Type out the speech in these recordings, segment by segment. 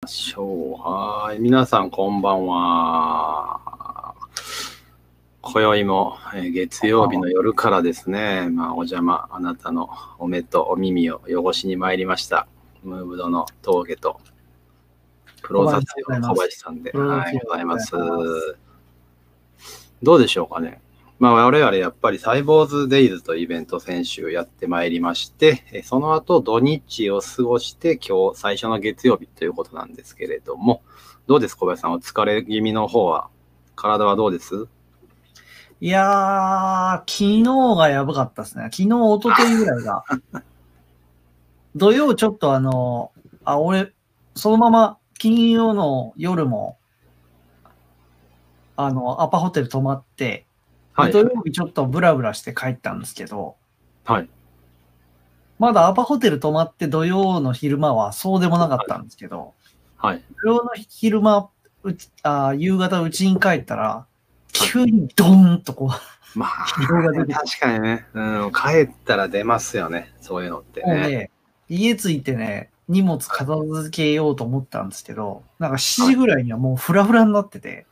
はい。皆さん、こんばんは。今宵も月曜日の夜からですね、お邪魔、あなたのお目とお耳を汚しに参りました。ムーブドの峠と、プロ雑用の小林さんで、はい、ございます。どうでしょうかね。我々やっぱりサイボーズデイズというイベント先週やってまいりまして、その後土日を過ごして今日最初の月曜日ということなんですけれども、どうです小林さん、お疲れ気味の方は、体はどうです？ いやー、昨日がやばかったですね。昨日、一昨日ぐらいが。土曜ちょっと俺、そのまま金曜の夜も、アパホテル泊まって、 はい。 土曜日ちょっとブラブラして帰ったんですけど、 はい。 まだアパホテル泊まって土曜の昼間はそうでもなかったんですけど、 はい。 土曜の昼間、夕方うちに帰ったら、急にドーンとこう、疲労が出て確かにね、帰ったら出ますよね、そういうのってね。 もうね、家着いてね、荷物片付けようと思ったんですけど、なんか7時ぐらいにはもうフラフラになってて、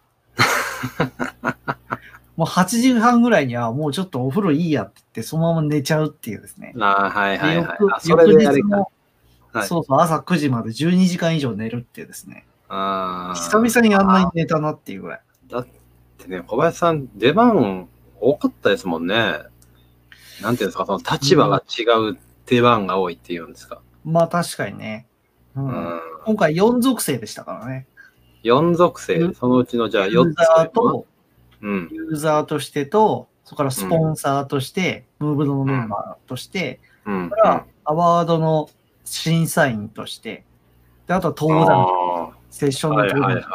もう8時半ぐらいにはもうちょっとお風呂いいやって言って、そのまま寝ちゃうっていうですね。 はいはいはい。 翌日も、 はい、 そうそう、朝9時まで12時間以上寝るっていうですね。久々にあんなに寝たなっていうぐらい。 だってね、小林さん、出番多かったですもんね。なんていうんですか、その立場が違う出番が多いっていうんですか。 まあ確かにね。今回4属性でしたからね。 4属性、そのうちのじゃあ4つ。 ユーザーとしてと、それからスポンサーとして、ムーブドのメンバーとして、それからアワードの審査員として、であとは登壇、セッションの登壇。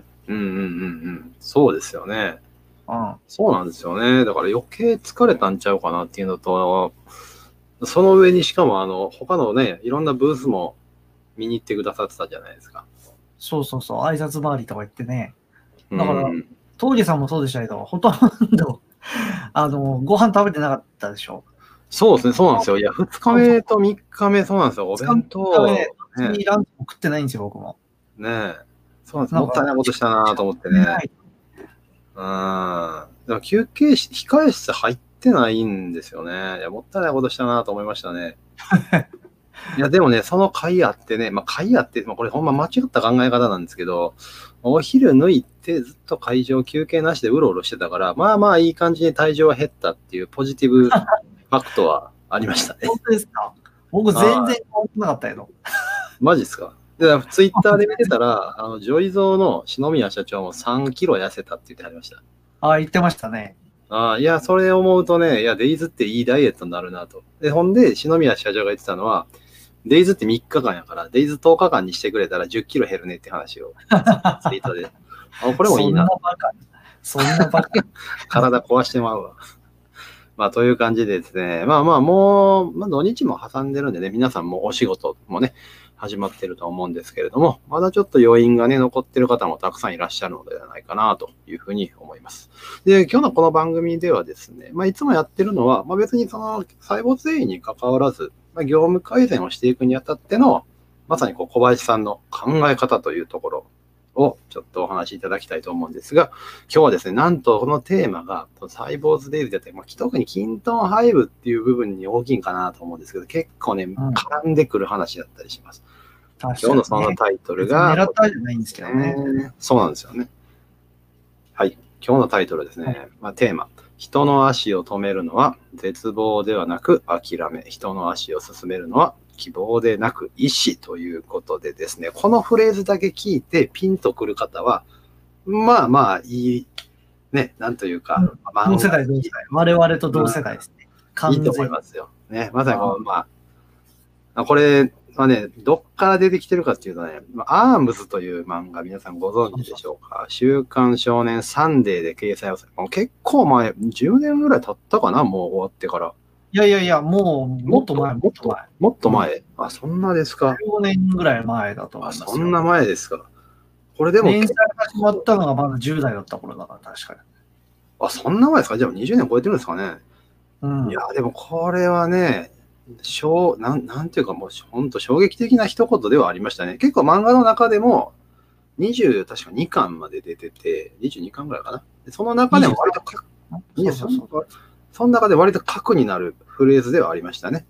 そうですよね。そうなんですよね。だから余計疲れたんちゃうかなっていうのと、その上にしかも他のね、いろんなブースも見に行ってくださってたじゃないですか。 そうそうそう、挨拶回りとか言ってね。だから、峠さんもそうでしたけど、ほとんど、ご飯食べてなかったでしょ。 そうですね、そうなんですよ。いや、2日目と3日目、そうなんですよ。お弁当。 ね、ランチも食ってないんですよ、僕も。 ねえ。そうなんです。もったいないことしたなと思ってね。でも休憩室、控え室入ってないんですよね。いや、もったいないことしたなと思いましたね。いや、でもね、その会あってね、会あって、これほんま間違った考え方なんですけど、お昼抜いてずっと会場休憩なしでうろうろしてたから、いい感じに体重は減ったっていうポジティブファクトはありましたね。 本当ですか？僕全然変わってなかったけど。 マジですか？で、ツイッターで見てたら、ジョイゾーの篠宮社長も3キロ痩せたって言ってはりました。 言ってましたね。 いや、それ思うとね、いや、デイズっていいダイエットになるなと。で、ほんで、篠宮社長が言ってたのは、デイズって3日間やから、デイズ10日間にしてくれたら10キロ減るねって話を、ツイートで。これもいいな。 そんなバカ。 体壊してまうわ。という感じでですね、もう、土日も挟んでるんでね、皆さんもお仕事もね、始まってると思うんですけれども、まだちょっと余韻がね、残ってる方もたくさんいらっしゃるのではないかなというふうに思います。で、今日のこの番組ではですね、いつもやってるのは、別にその細胞繊維に関わらず、業務改善をしていくにあたっての、まさに小林さんの考え方というところをちょっとお話しいただきたいと思うんですが、今日はですね、なんとこのテーマがサイボーズデイズであって、特にキントンハイブっていう部分に大きいかなと思うんですけど、結構ね、絡んでくる話だったりします。今日のそのタイトルが、 狙ったじゃないんですけどね。 そうなんですよね。はい。今日のタイトルですね。テーマ。人の足を止めるのは絶望ではなく諦め。人の足を進めるのは希望でなく意志ということでですね。このフレーズだけ聞いてピンとくる方は、いい、ね、なんというか。 同世代、同世代。我々と同世代ですね。 いいと思いますよ。ね。まさにこれ、ね、どっから出てきてるかっていうとね、アームズという漫画皆さんご存知でしょうか。週刊少年サンデーで掲載をされて、結構前、10年ぐらい経ったかな、もう終わってから。 いや、もっと前。 もっと前。そんなですか。 15年ぐらい前だと思いますよ。 そんな前ですか。これでも。 連載始まったのがまだ10代だった頃だから、確かに。 そんな前ですか。じゃあ20年超えてるんですかね。いや、でもこれはね、 なんていうかもう本当衝撃的な一言ではありましたね。結構漫画の中でも確か2巻まで出てて、22巻ぐらいかな。その中でも割とその中で割と核になるフレーズではありましたね。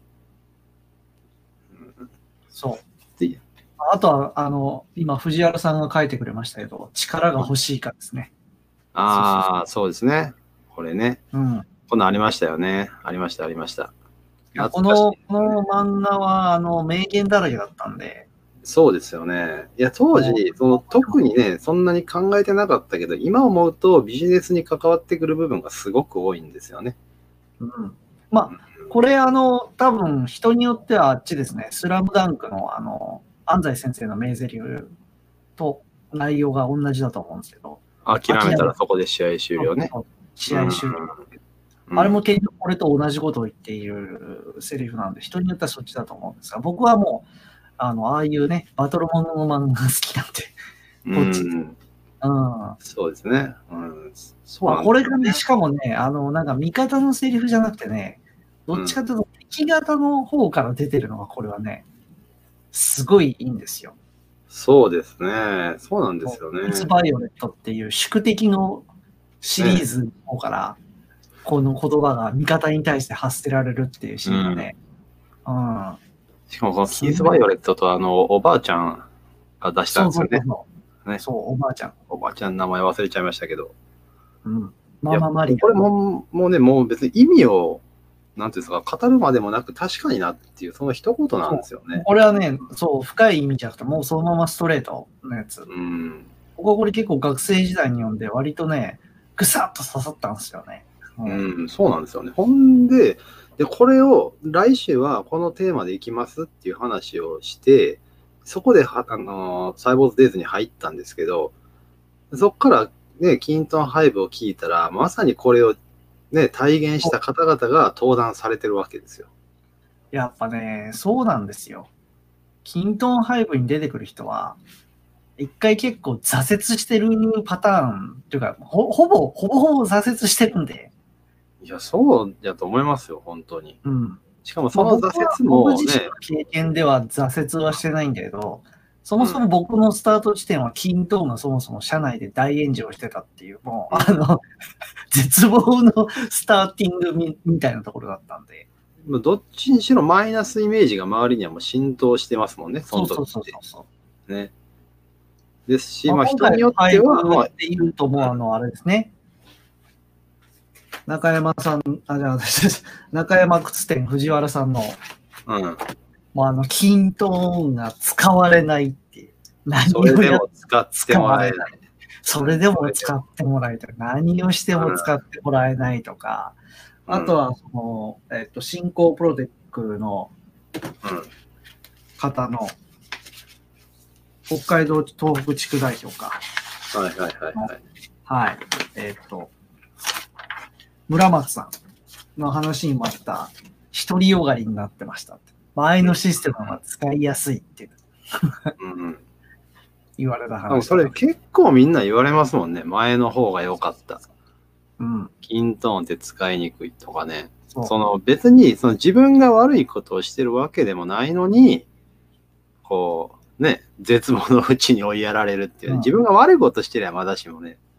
そう。あとは、今、藤原さんが書いてくれましたけど、力が欲しいかですね。 そうですね。これね。こんなんありましたよね。ありました。 この漫画は、名言だらけだったんで。 そうですよね。いや、当時、特にね、そんなに考えてなかったけど、今思うとビジネスに関わってくる部分がすごく多いんですよね。 まあ、これ、多分、人によってはあっちですね、スラムダンクの、安西先生の名台詞と内容が同じだと思うんですけど。 諦めたらそこで試合終了ね。 試合終了。あれも結局これと同じことを言っているセリフなんで、人によってはそっちだと思うんですが、僕はもう、ああいうね、バトルものの漫画が好きなんで、こっち。 そうですね。 これがね、しかもね、なんか味方のセリフじゃなくてね、どっちかというと敵方の方から出てるのが、これはね、すごいいいんですよ。 そうですね。そうなんですよね。 ミス・バイオレットっていう宿敵のシリーズの方から、この言葉が味方に対して発せられるっていうシーンがね。 しかもこのキース・バイオレットとおばあちゃんが出したんですよね。 そう、おばあちゃん。 おばあちゃん名前忘れちゃいましたけど。 マママリア。 これもうね、もう別に意味を、なんていうんですか、語るまでもなく確かになっていう、その一言なんですよね。 これはね、そう、深い意味じゃなくて、もうそのままストレートのやつ。これ結構学生時代に読んで、割とね、ぐさっと刺さったんですよね。 そうなんですよね。ほんで、これを来週はこのテーマでいきますっていう話をして、そこでサイボーズデイズに入ったんですけど、そこからね、キントンハイブを聞いたら、まさにこれをね、体現した方々が登壇されてるわけですよ。 やっぱね、そうなんですよ。キントンハイブに出てくる人は、一回結構挫折してるパターンっていうか、ほぼ挫折してるんで。 いや、そうだと思いますよ、本当に。しかもその挫折もね、僕自身の経験では挫折はしてないんだけど、そもそも僕のスタート地点はキントーンがそもそも社内で大炎上してたっていう、もう、絶望のスターティングみたいなところだったんで。 どっちにしろマイナスイメージが周りにはもう浸透してますもんね、その時って。そうね。ですし、人によっては。 っていうともうあれですね。中山さん、中山靴店藤原さんの、もうキントーンが使われないっていう。 それでも使ってもらえない。 それでも使ってもらえない。何をしても使ってもらえないとか、あとは、新興プロテックの方の、北海道東北地区代表か。はい。村松さんの話にもあった、独りよがりになってましたって。前のシステムは使いやすいって言われた話。 それ結構みんな言われますもんね。前の方が良かった。キントーンって使いにくいとかね。別に自分が悪いことをしてるわけでもないのに、こう、ね、絶望の淵に追いやられるっていう。自分が悪いことしてりゃまだしもね。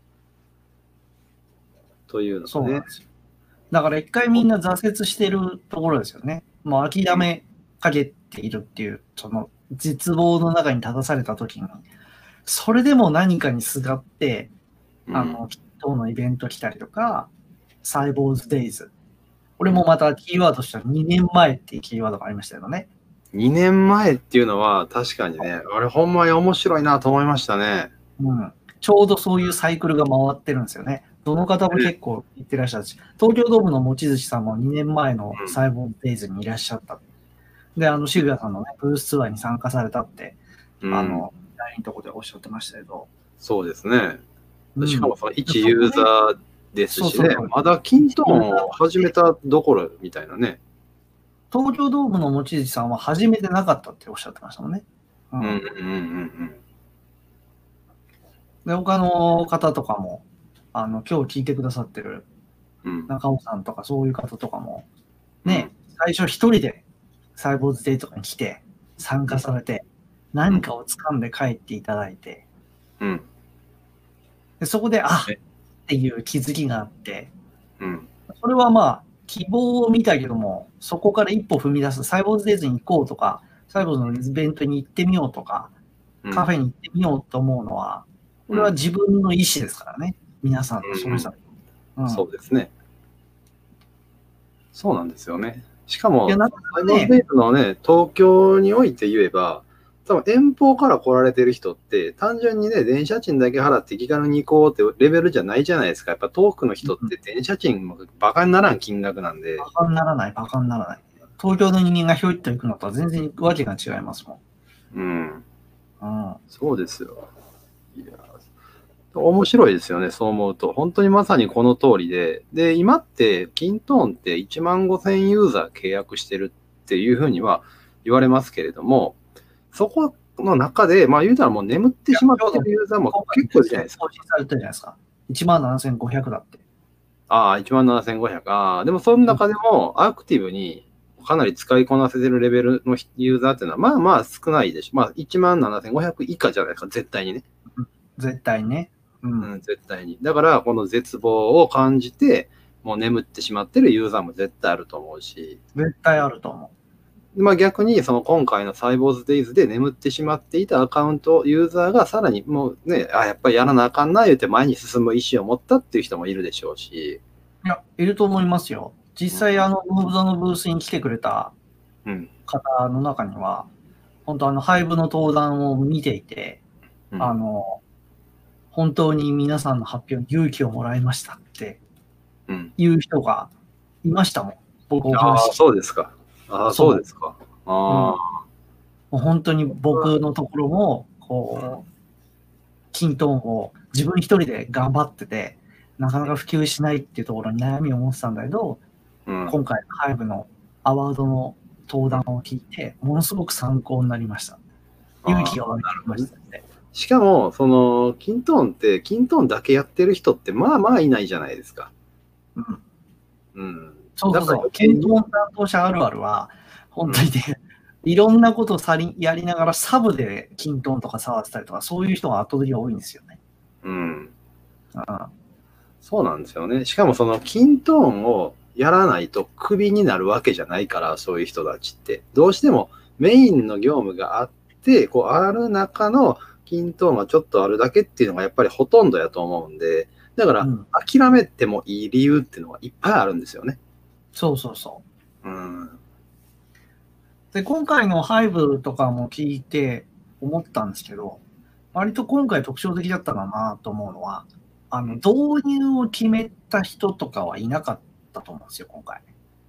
というのね。 だから一回みんな挫折してるところですよね。もう諦めかけているっていう、その絶望の中に立たされた時に、それでも何かにすがって、今日のイベント来たりとか、サイボーズデイズ。俺もまたキーワードとしては2年前っていうキーワードがありましたよね。 2年前っていうのは確かにね、あれほんまに面白いなと思いましたね。 ちょうどそういうサイクルが回ってるんですよね。どの方も結構言ってらっしゃるし、東京ドームの望月さんも2年前のサイボーズデイズにいらっしゃった。で、渋谷さんのね、ブースツアーに参加されたって、第2とこでおっしゃってましたけど。 そうですね。しかもその一ユーザーですしね、まだキントーンを始めたどころみたいなね。 東京ドームの望月さんは始めてなかったっておっしゃってましたもんね。で、他の方とかも、今日聞いてくださってる中尾さんとかそういう方とかも、ね、最初一人でサイボーズデーとかに来て、参加されて、何かを掴んで帰っていただいて、 うん。 でそこで、っていう気づきがあって、 うん。 それはまあ、希望を見たけども、そこから一歩踏み出す、サイボーズデイズに行こうとか、サイボーズのイベントに行ってみようとか、カフェに行ってみようと思うのは、これは自分の意思ですからね。皆さんのそれぞれ。 そうですね。そうなんですよね。しかも、 いやなんかサイボーズデイズのね、東京において言えば、多分遠方から来られてる人って、単純にね、電車賃だけ払って気軽に行こうってレベルじゃないじゃないですか。やっぱ遠くの人って電車賃もバカにならん金額なんで。 バカにならない、バカにならない。東京の人間がひょいっと行くのとは全然わけが違いますもん。 うん。そうですよ。いや、面白いですよね、そう思うと。本当にまさにこの通りで、で、今って、キントーンって1万5000ユーザー契約してるっていうふうには言われますけれども、そこの中で、まあ言うたらもう眠ってしまってるユーザーも結構いるじゃないですか。 更新されてるじゃないですか。17,500だって。 ああ、17,500。ああ、でもその中でもアクティブにかなり使いこなせてるレベルのユーザーっていうのは、まあまあ少ないでしょ。まあ17,500以下じゃないですか、絶対にね。 絶対ね。 絶対に。だから、この絶望を感じて、もう眠ってしまってるユーザーも絶対あると思うし。 絶対あると思う。まあ逆に、その今回のサイボーズデイズで眠ってしまっていたアカウント、ユーザーがさらにもうね、やっぱりやらなあかんな言うて前に進む意思を持ったっていう人もいるでしょうし。 いや、いると思いますよ。実際、ムーブドのブースに来てくれた方の中には、本当ハイブの登壇を見ていて、本当に皆さんの発表に勇気をもらいましたっていう人がいましたもん。僕お話しして。 そうですか。そうですか。 もう本当に僕のところも、こう、キントーンを自分一人で頑張ってて、なかなか普及しないっていうところに悩みを持ってたんだけど、今回ハイブのアワードの登壇を聞いて、ものすごく参考になりました。勇気が湧いてきましたね。 しかも、その、キントーンって、キントーンだけやってる人って、まあまあいないじゃないですか。 そうそうそう。キントーン担当者あるあるは、本当にね、いろんなことをやりながらサブでキントーンとか触ってたりとか、そういう人が圧倒的に多いんですよね。 そうなんですよね。しかもそのキントーンをやらないとクビになるわけじゃないから、そういう人たちって。どうしてもメインの業務があって、こうある中のキントーンがちょっとあるだけっていうのがやっぱりほとんどやと思うんで、だから諦めてもいい理由っていうのがいっぱいあるんですよね。 そうそうそう。で、今回のハイブとかも聞いて思ったんですけど、割と今回特徴的だったかなと思うのは、導入を決めた人とかはいなかったと思うんですよ、今回。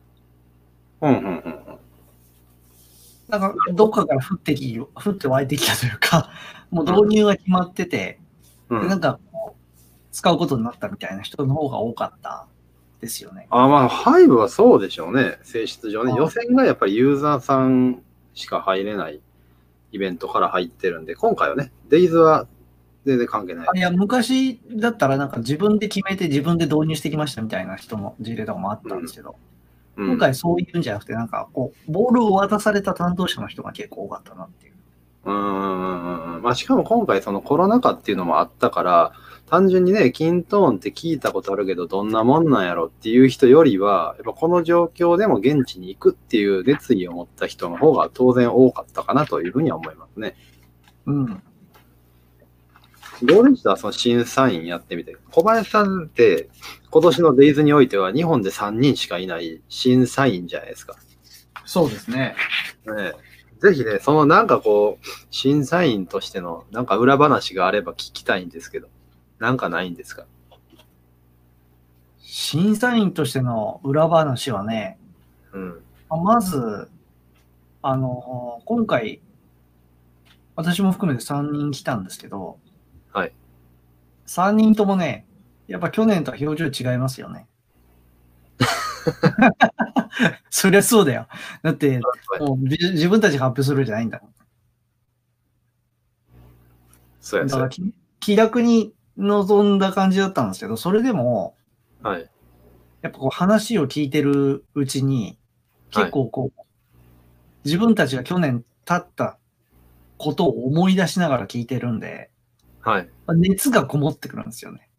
なんか、どっかから降って湧いてきたというか、もう導入が決まってて、なんかこう、使うことになったみたいな人の方が多かったですよね。 まあ、ハイブはそうでしょうね、性質上ね。予選がやっぱりユーザーさんしか入れないイベントから入ってるんで、今回はね、デイズは全然関係ない。 いや、昔だったらなんか自分で決めて自分で導入してきましたみたいな人の事例とかもあったんですけど、今回そういうんじゃなくて、なんかこう、ボールを渡された担当者の人が結構多かったなっていう。 まあ、しかも今回そのコロナ禍っていうのもあったから、単純にね、キントーンって聞いたことあるけど、どんなもんなんやろっていう人よりは、やっぱこの状況でも現地に行くっていう熱意を持った人の方が当然多かったかなというふうには思いますね。どうでしたその審査員やってみて。小林さんって今年のデイズにおいては日本で3人しかいない審査員じゃないですか。 そうですね。 ぜひね、そのなんかこう、審査員としてのなんか裏話があれば聞きたいんですけど、なんかないんですか？ 審査員としての裏話はね、まず、今回、私も含めて3人来たんですけど、3人ともね、やっぱ去年とは表情違いますよね。そりゃそうだよ。だって、もう自分たちが発表するじゃないんだもん。 そうやだから気楽に臨んだ感じだったんですけど、それでも、やっぱこう話を聞いてるうちに、結構こう、 自分たちが去年経ったことを思い出しながら聞いてるんで、 はい。 熱がこもってくるんですよね。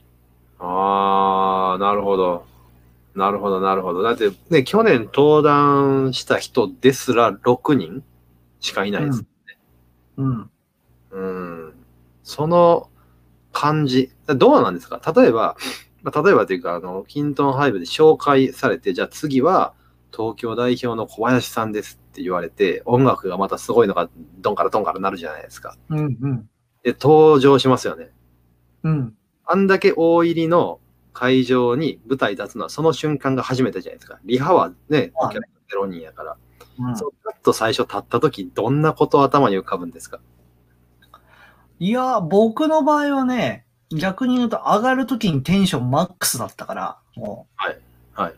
ああ、なるほど。なるほど、なるほど。だってね、去年登壇した人ですら6人しかいないですね。 うん。 その感じ、どうなんですか？例えばというか、キントンハイブで紹介されて、じゃあ次は東京代表の小林さんですって言われて、音楽がまたすごいのがドンからドンからなるじゃないですか。 うんうん。 で、登場しますよね。 うん。 あんだけ大入りの会場に舞台立つのはその瞬間が初めてじゃないですか。リハはね、お客さん0人やから。そう、ちょっと最初立った時、どんなこと頭に浮かぶんですか？ いや、僕の場合はね、逆に言うと上がるときにテンションマックスだったから、 はい。はい。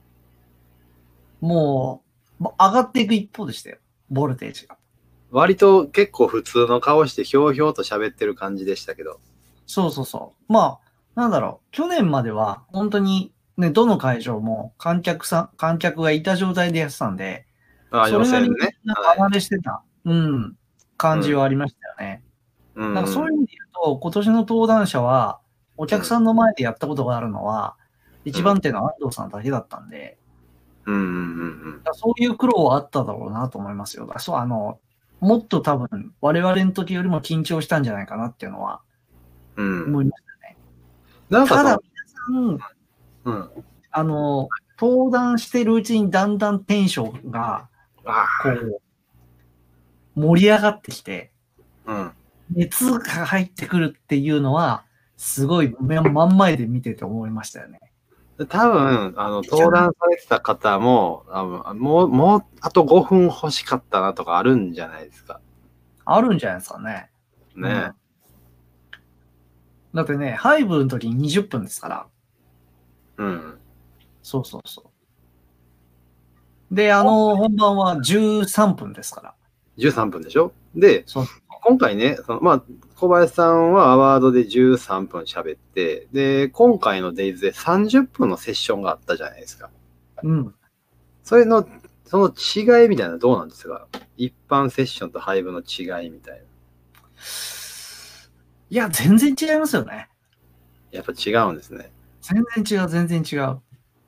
もう上がっていく一方でしたよ。ボルテージが。 割と結構普通の顔してひょうひょうと喋ってる感じでしたけど。 そうそうそう。まあ、なんだろう。去年までは本当にね、どの会場も観客がいた状態でやってたんで、それなりに離れしてた、感じはありましたよね。なんかそういう意味で言うと、今年の登壇者は、お客さんの前でやったことがあるのは、一番手の安藤さんだけだったんで、そういう苦労はあっただろうなと思いますよ。そう、もっと多分、我々の時よりも緊張したんじゃないかなっていうのは、思いましたね。ただ、皆さん、登壇してるうちにだんだんテンションが、こう、盛り上がってきて、熱が入ってくるっていうのは、すごい真ん前で見てて思いましたよね。 多分、登壇されてた方も、もう、あと5分欲しかったなとかあるんじゃないですか。 あるんじゃないですかね。 ね、 だってね、ハイブの時に20分ですから。そうそうそう。で、本番は13分ですから。 13分でしょ？で、今回ね、小林さんはアワードで13分喋って、で、今回のデイズで30分のセッションがあったじゃないですか。その違いみたいなのどうなんですか？一般セッションとハイブの違いみたいな。 いや、全然違いますよね。 やっぱ違うんですね。 全然違う。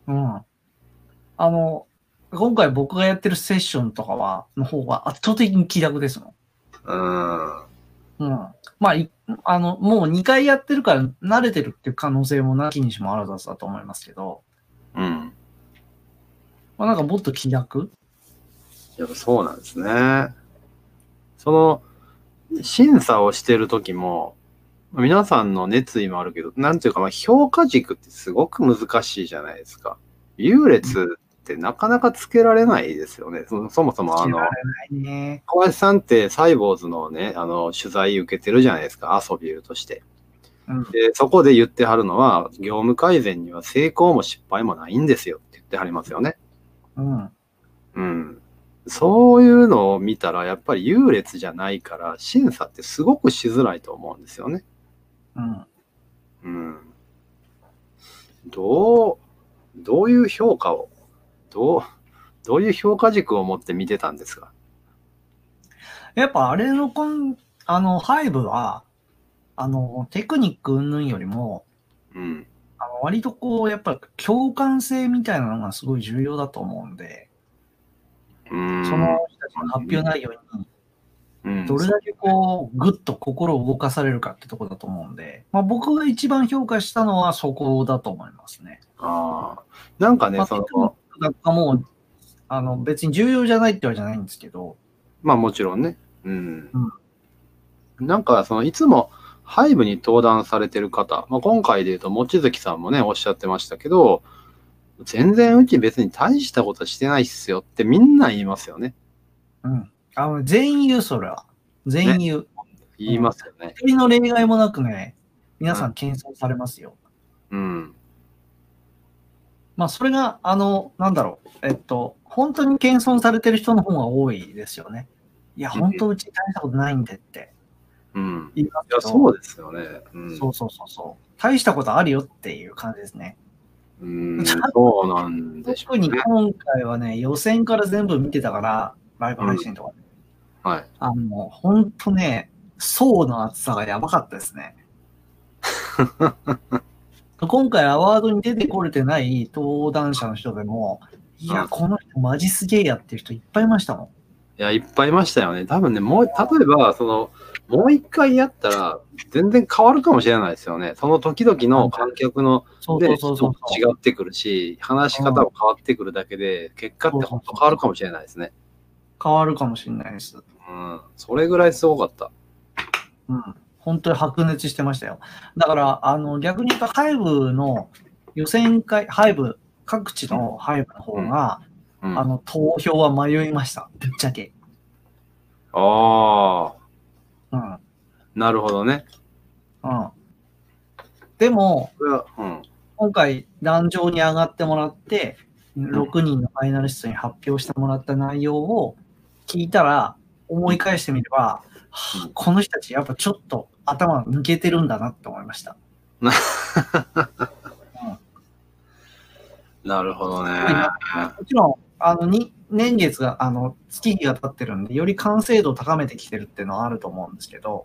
今回僕がやってるセッションとかの方が圧倒的に気楽ですもん。まあ、もう2回やってるから慣れてるっていう可能性もなきにしもあらずだと思いますけど。なんかもっと気楽？ やっぱそうなんですね。審査をしてる時も、皆さんの熱意もあるけど、なんていうか、評価軸ってすごく難しいじゃないですか。優劣ってなかなかつけられないですよね。そもそも小林さんってサイボーズのね、取材受けてるじゃないですか、アソビューとして。で、そこで言ってはるのは、業務改善には成功も失敗もないんですよって言ってはりますよね。そういうのを見たら、やっぱり優劣じゃないから、審査ってすごくしづらいと思うんですよね。どういう評価を、どういう評価軸を持って見てたんですか？ やっぱあれのハイブは、テクニック云々よりも、割とやっぱ共感性みたいなのがすごい重要だと思うんで、その人たちの発表内容に、どれだけぐっと心を動かされるかってとこだと思うんで、僕が一番評価したのはそこだと思いますね。 なんかね、 もう、別に重要じゃないってわけじゃないんですけど。 もちろんね。なんか、いつもハイブに登壇されてる方、今回で言うと、望月さんもね、おっしゃってましたけど、全然うち別に大したことしてないっすよってみんな言いますよね。 全員言う、それは。全員言う。 言いますよね。 一人の例外もなくね、皆さん謙遜されますよ。それが、なんだろう、本当に謙遜されてる人の方が多いですよね。いや、本当うち大したことないんでって。 言いますけど。そうですよね。 そう。大したことあるよっていう感じですね。 そうなんでしょうね。 特に今回はね、予選から全部見てたから、 ライブ配信とか。 はい。 ほんとね、層の厚さがやばかったですね。今回アワードに出てこれてない登壇者の人でも、いや、この人マジすげえやっていう人いっぱいいましたもん。 いや、いっぱいいましたよね。多分ね、例えば、もう一回やったら、全然変わるかもしれないですよね。その時々の観客の、人も違ってくるし、話し方も変わってくるだけで、結果って本当変わるかもしれないですね。 変わるかもしれないです。 うん。それぐらいすごかった。 うん。本当に白熱してましたよ。だから、逆に言うと、ハイブの予選会、各地のハイブの方が、投票は迷いました。ぶっちゃけ。 ああ。うん。なるほどね。 うん。でも、今回、壇上に上がってもらって、6人のファイナリストに発表してもらった内容を聞いたら、思い返してみれば、この人たちやっぱちょっと頭抜けてるんだなって思いました。 なるほどね。 もちろん、年月が、月日が経ってるんで、より完成度を高めてきてるっていうのはあると思うんですけど、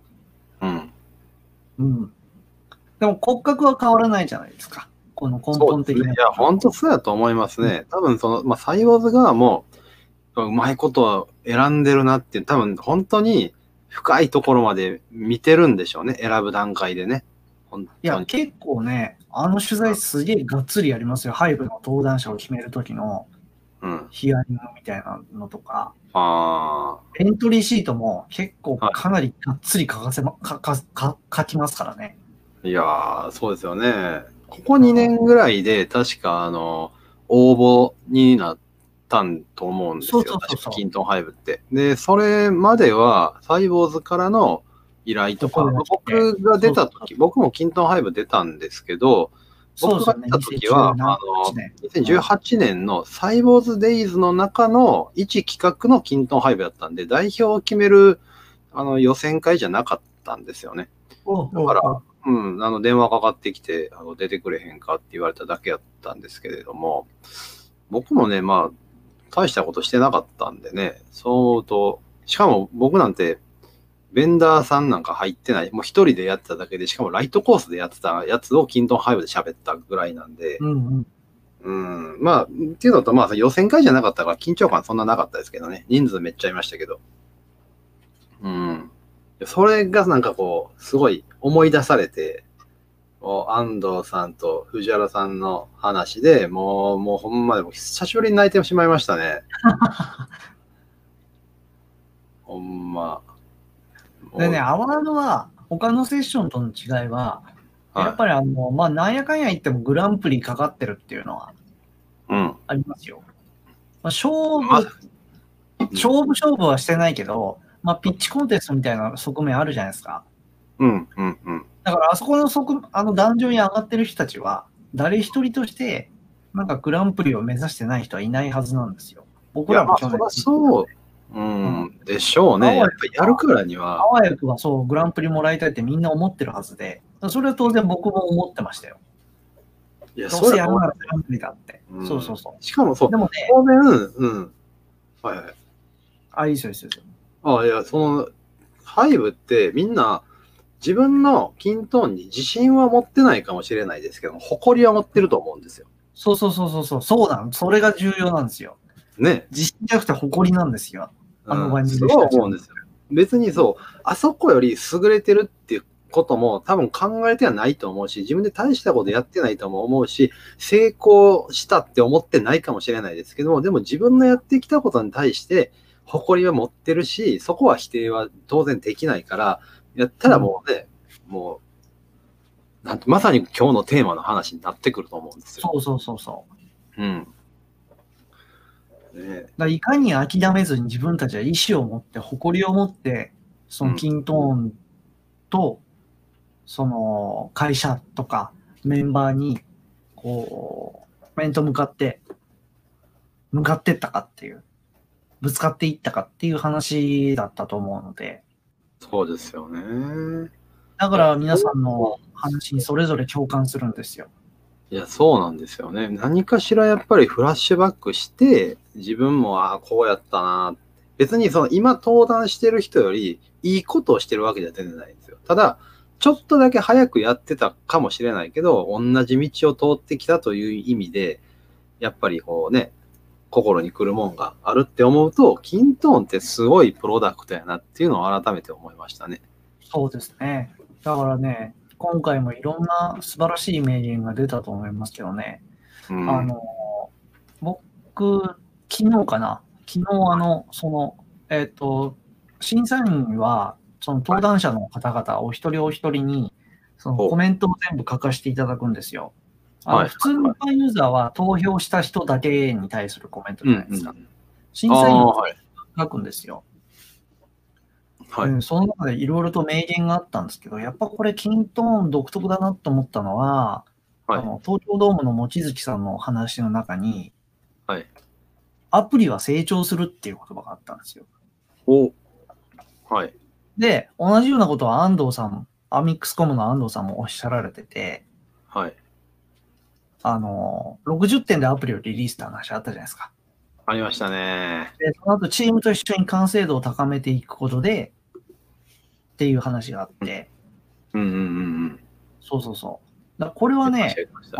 でも骨格は変わらないじゃないですか。この根本的な。 いや、本当そうやと思いますね。多分サイボーズ側も、うまいことを選んでるなっていう、多分本当に深いところまで見てるんでしょうね。選ぶ段階でね。 いや、結構ね、取材すげえがっつりやりますよ。ハイブの登壇者を決めるときのヒアリングみたいなのとか。エントリーシートも結構かなりがっつり書きますからね。 いやー、そうですよね。ここ2年ぐらいで確か応募になったと思うんですよ。キントンハイブって。で、それまではサイボーズからの依頼とか、僕が出た時、僕もキントンハイブ出たんですけど、僕が出た時は、2018年のサイボーズデイズの中の一企画のキントンハイブだったんで、代表を決める予選会じゃなかったんですよね。だから、電話かかってきて、出てくれへんかって言われただけやったんですけれども、僕もね、大したことしてなかったんでね、そう思うと、しかも僕なんて、ベンダーさんなんか入ってない、もう一人でやってただけで、しかもライトコースでやってたやつをキントンハイブで喋ったぐらいなんで、っていうのと、予選会じゃなかったから緊張感そんななかったですけどね、人数めっちゃいましたけど。それがなんかこう、すごい思い出されて、安藤さんと藤原さんの話でもうほんまでも久しぶりに泣いてしまいましたね。ほんま。 でね、アワードは他のセッションとの違いは、やっぱりなんやかんや言ってもグランプリかかってるっていうのはありますよ。勝負はしてないけど、ピッチコンテストみたいな側面あるじゃないですか。だからあそこの壇上に上がってる人たちは、誰一人としてなんかグランプリを目指してない人はいないはずなんですよ。僕らも去年。 そうでしょうね。やっぱりやるからには。 あわよくはそう、グランプリもらいたいってみんな思ってるはずで、それは当然僕も思ってましたよ。 いや、 どうせやるならグランプリだって。そうそうそう。 しかもそう、 でもね、 当然、はいはい。 いいですよ、いいですよ。 いや、ハイブってみんな自分のキントーンに自信は持ってないかもしれないですけど、誇りは持ってると思うんですよ。 そうなの。それが重要なんですよ。 ね。 自信じゃなくて誇りなんですよ。 場にいる人たち。そう思うんですよ。別にそう、あそこより優れてるっていうことも多分考えてはないと思うし、自分で大したことやってないとも思うし、成功したって思ってないかもしれないですけども、でも自分のやってきたことに対して誇りは持ってるし、そこは否定は当然できないから、やったらもうね、もう、まさに今日のテーマの話になってくると思うんですよ。 そう。いかに諦めずに自分たちは意思を持って誇りを持ってそのキントーンとその会社とかメンバーにこう面と向かってったかっていうぶつかっていったかっていう話だったと思うので。 そうですよね。 だから皆さんの話にそれぞれ共感するんですよ。 いや、そうなんですよね。何かしらやっぱりフラッシュバックして、自分も、こうやったな、 別にその今登壇してる人よりいいことをしてるわけじゃ全然ないんですよ。ただ、ちょっとだけ早くやってたかもしれないけど、同じ道を通ってきたという意味で、やっぱりこうね、心に来るもんがあるって思うと、キントーンってすごいプロダクトやなっていうのを改めて思いましたね。 そうですね。だからね、今回もいろんな素晴らしい名言が出たと思いますけどね。 うん、 僕、昨日かな。昨日、審査員は、その登壇者の方々、お一人お一人に、そのコメントを全部書かせていただくんですよ。 はい、 普通の一般ユーザーは投票した人だけに対するコメントじゃないですか。 うんうん、 審査員ははい、 書くんですよ。 はい、 その中でいろいろと名言があったんですけど、やっぱこれ、キントーン独特だなと思ったのは、 はい、 東京ドームの望月さんの話の中に、 はい。 アプリは成長するっていう言葉があったんですよ。 お、はい。 で、同じようなことは安藤さん、アミックスコムの安藤さんもおっしゃられてて、 はい。 60点でアプリをリリースって話あったじゃないですか。 ありましたね。 で、その後チームと一緒に完成度を高めていくことで、っていう話があって、 うんうんうんうん。 そうそうそう。だからこれはね、 やりました。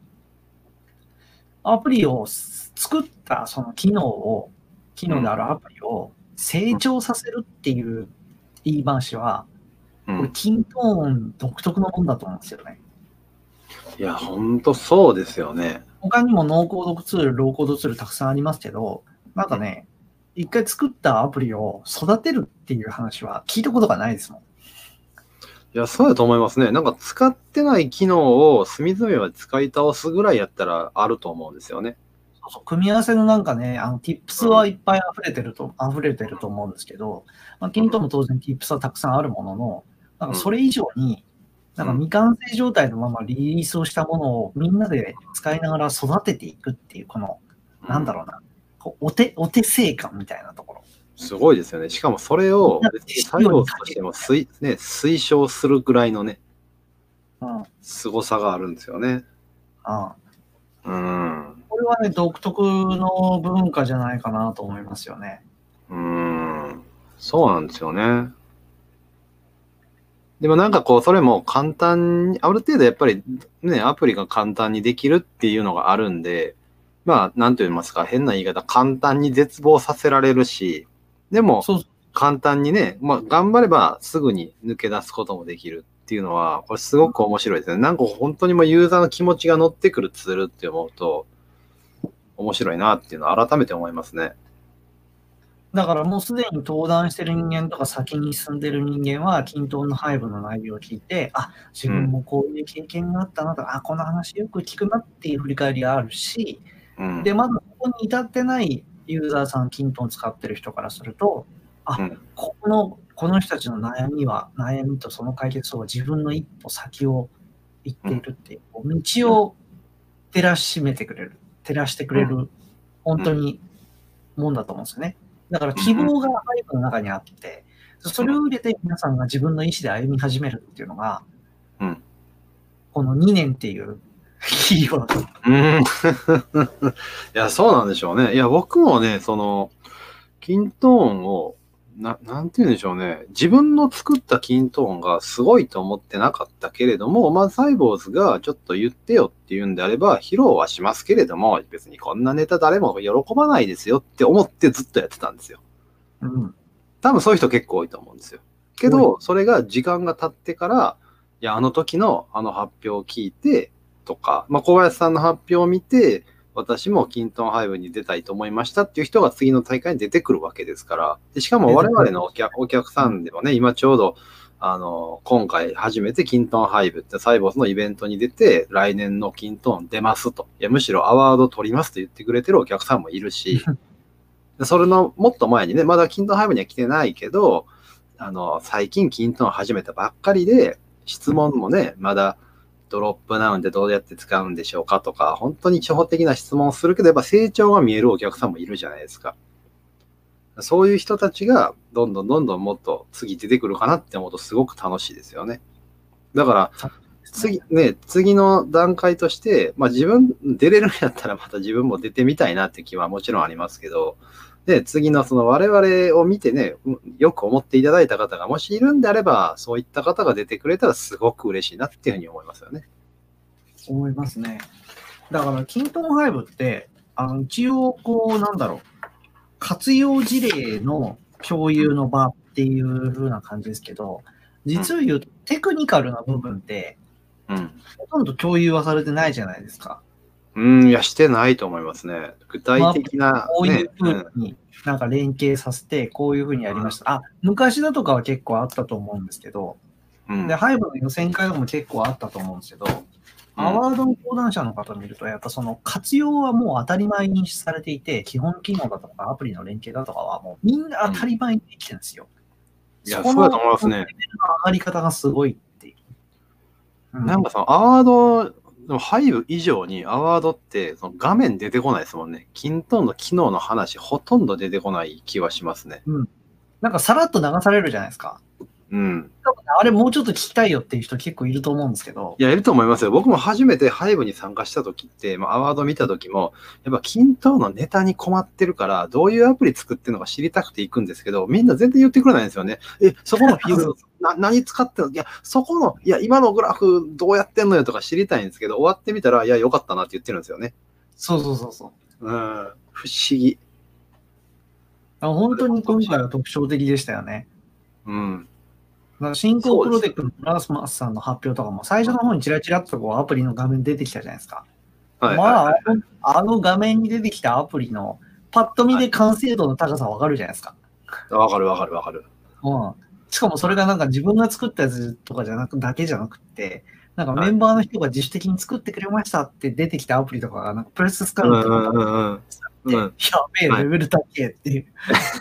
アプリを作ったその機能であるアプリを成長させるっていう言い回しは、これ、キントーン独特のもんだと思うんですよね。 いや、ほんとそうですよね。 他にもノーコードツール、ローコードツールたくさんありますけど、なんかね、一回作ったアプリを育てるっていう話は聞いたことがないですもん。 いや、そうだと思いますね。なんか使ってない機能を隅々まで使い倒すぐらいやったらあると思うんですよね。 そうそう、組み合わせのなんかね、tips はいっぱい溢れてると思うんですけど、キントーンも当然 tips はたくさんあるものの、なんかそれ以上に、なんか未完成状態のままリリースをしたものをみんなで使いながら育てていくっていう、この、なんだろうな、お手製感みたいなところ。 すごいですよね。しかもそれを別に作業としても推奨するぐらいのね、凄さがあるんですよね。 これはね、独特の文化じゃないかなと思いますよね。 そうなんですよね。でもなんかこう、それも簡単に、ある程度やっぱりね、アプリが簡単にできるっていうのがあるんで、まあ、なんと言いますか、変な言い方、簡単に絶望させられるし、でも、簡単にね、まあ、頑張ればすぐに抜け出すこともできるっていうのは、これすごく面白いですね。なんか本当にもうユーザーの気持ちが乗ってくるツールって思うと、面白いなっていうのは改めて思いますね。 だからもうすでに登壇してる人間とか先に進んでる人間は、キントーンのハイブの内容を聞いて、あ、自分もこういう経験があったなとか、あ、この話よく聞くなっていう振り返りがあるし、で、まだここに至ってないユーザーさん、キントーン使ってる人からすると、あ、この人たちの悩みとその解決法は自分の一歩先を行っているっていう、道を照らしてくれる、本当にもんだと思うんですよね。だから希望がハイブの中にあって、それを入れて皆さんが自分の意思で歩み始めるっていうのが、この2年っていうキーワード。いや、そうなんでしょうね。いや、僕もね、キントーンを、なんて言うんでしょうね。自分の作ったキントーンがすごいと思ってなかったけれども、まあ、サイボーズがちょっと言ってよっていうんであれば、披露はしますけれども、別にこんなネタ誰も喜ばないですよって思ってずっとやってたんですよ。多分そういう人結構多いと思うんですよ。けど、それが時間が経ってから、いや、あの時のあの発表を聞いて、とか、まあ、小林さんの発表を見て、私もキントンハイブに出たいと思いましたっていう人が次の大会に出てくるわけですから、でしかも我々のお客さんでもね、今ちょうど、今回初めてキントンハイブってサイボーズのイベントに出て、来年のキントン出ますと。いや、むしろアワード取りますと言ってくれてるお客さんもいるし、それのもっと前にね、まだキントンハイブには来てないけど、最近キントン始めたばっかりで、質問もね、まだドロップダウンでどうやって使うんでしょうかとか、本当に初歩的な質問をするけど、やっぱ成長が見えるお客さんもいるじゃないですか。そういう人たちがどんどんもっと次出てくるかなって思うとすごく楽しいですよね。だから、次の段階として、まあ自分出れるんやったらまた自分も出てみたいなって気はもちろんありますけど、 で、次のその我々を見てね、よく思っていただいた方がもしいるんであれば、そういった方が出てくれたらすごく嬉しいなっていうふうに思いますよね。 思いますね。だから、キントンハイブって、一応、こう、なんだろう、活用事例の共有の場っていう風な感じですけど、実を言うと、テクニカルな部分って、ほとんど共有はされてないじゃないですか。 いや、してないと思いますね。具体的な、 こういう風になんか連携させて、こういう風にやりました。昔だとかは結構あったと思うんですけど、で、ハイブの予選会とかも結構あったと思うんですけど、アワードの講談社の方を見ると、やっぱその活用はもう当たり前にされていて、基本機能だとかアプリの連携だとかはもうみんな当たり前にできてるんですよ。 いや、そうだと思いますね。 レベルの上がり方がすごいっていう。 なんかそのアワード、ハイブ以上にアワードってその画面出てこないですもんね。キントンの機能の話ほとんど出てこない気はしますね。 なんかさらっと流されるじゃないですか。あれもうちょっと聞きたいよっていう人結構いると思うんですけど。 いや、いると思いますよ。僕も初めてハイブに参加した時って、アワード見た時も、やっぱキントンのネタに困ってるから、どういうアプリ作ってるのか知りたくて行くんですけど、みんな全然言ってくれないんですよね。そこのフィールド、何使ってるの？いや、そこの、いや、今のグラフどうやってんのよとか知りたいんですけど、終わってみたら、いや、よかったなって言ってるんですよね。不思議。 本当に今回は特徴的でしたよね。新興プロジェクトのラスマスさんの発表とかも、最初の方にチラチラっとこうアプリの画面出てきたじゃないですか。あの画面に出てきたアプリのパッと見で完成度の高さわかるじゃないですか。 わかる。 しかもそれがなんか自分が作ったやつとかだけじゃなくて、なんかメンバーの人が自主的に作ってくれましたって出てきたアプリとかが、なんかプレススカウトとかやべえ、レベル高えっていう。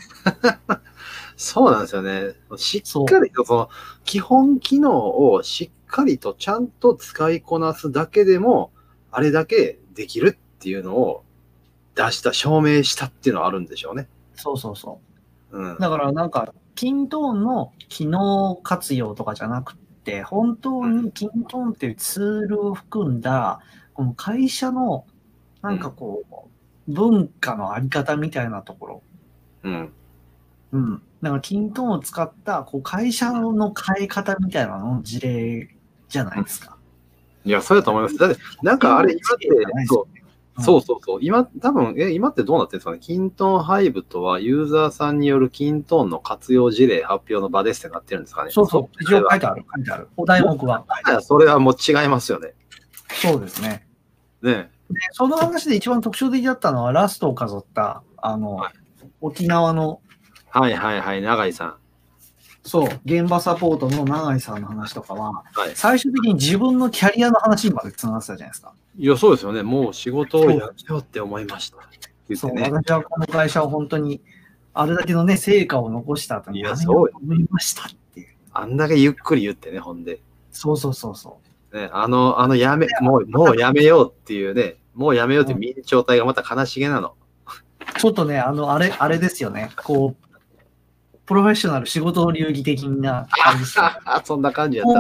そうなんですよね。しっかりとその基本機能をしっかりとちゃんと使いこなすだけでも、あれだけできるっていうのを証明したっていうのはあるんでしょうね。だからなんか、キントーンの機能活用とかじゃなくて、本当にキントーンっていうツールを含んだ、この会社のなんかこう、文化のあり方みたいなところ。だからキントーンを使ったこう会社の変え方みたいなの事例じゃないですか。いや、そうだと思います。だってなんかあれ今って、今多分、今ってどうなってるんですかね。キントンハイブとはユーザーさんによるキントンの活用事例発表の場ですってなってるんですかね。 一応書いてある。お題目は。 それはもう違いますよね。 そうですね。で、その話で一番特徴的だったのはラストを飾った、沖縄の永井さん。 現場サポートの永井さんの話とかは、最終的に自分のキャリアの話にまでつながってたじゃないですか。 いや、そうですよね。もう仕事をやめようって思いました。 私はこの会社を本当に、あれだけのね、成果を残した後にやめようと思いましたっていう。 あんだけゆっくり言ってね、ほんで。ね、もうやめようっていうね、もうやめようっていう明朝体がまた悲しげなの。 ちょっとね、あれですよね。こう、プロフェッショナル仕事流儀的な感じですよ。 そんな感じやった。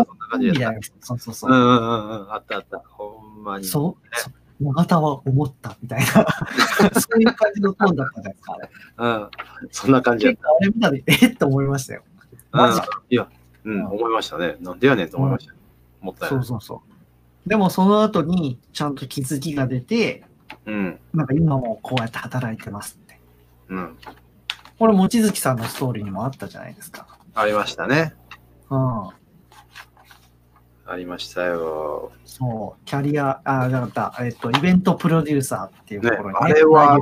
あった。ほんまに。 野方は思ったみたいな。そういう感じのトーンだったじゃないですか、あれ。そんな感じやった。 あれ見たで、って思いましたよ。 いや、思いましたね。なんでやねんと思いました。もったいない。 でもその後にちゃんと気づきが出て、なんか今もこうやって働いてますって。これ、望月さんのストーリーにもあったじゃないですか。 ありましたね。ありましたよ。 キャリア、イベントプロデューサーっていうところに、 あれは、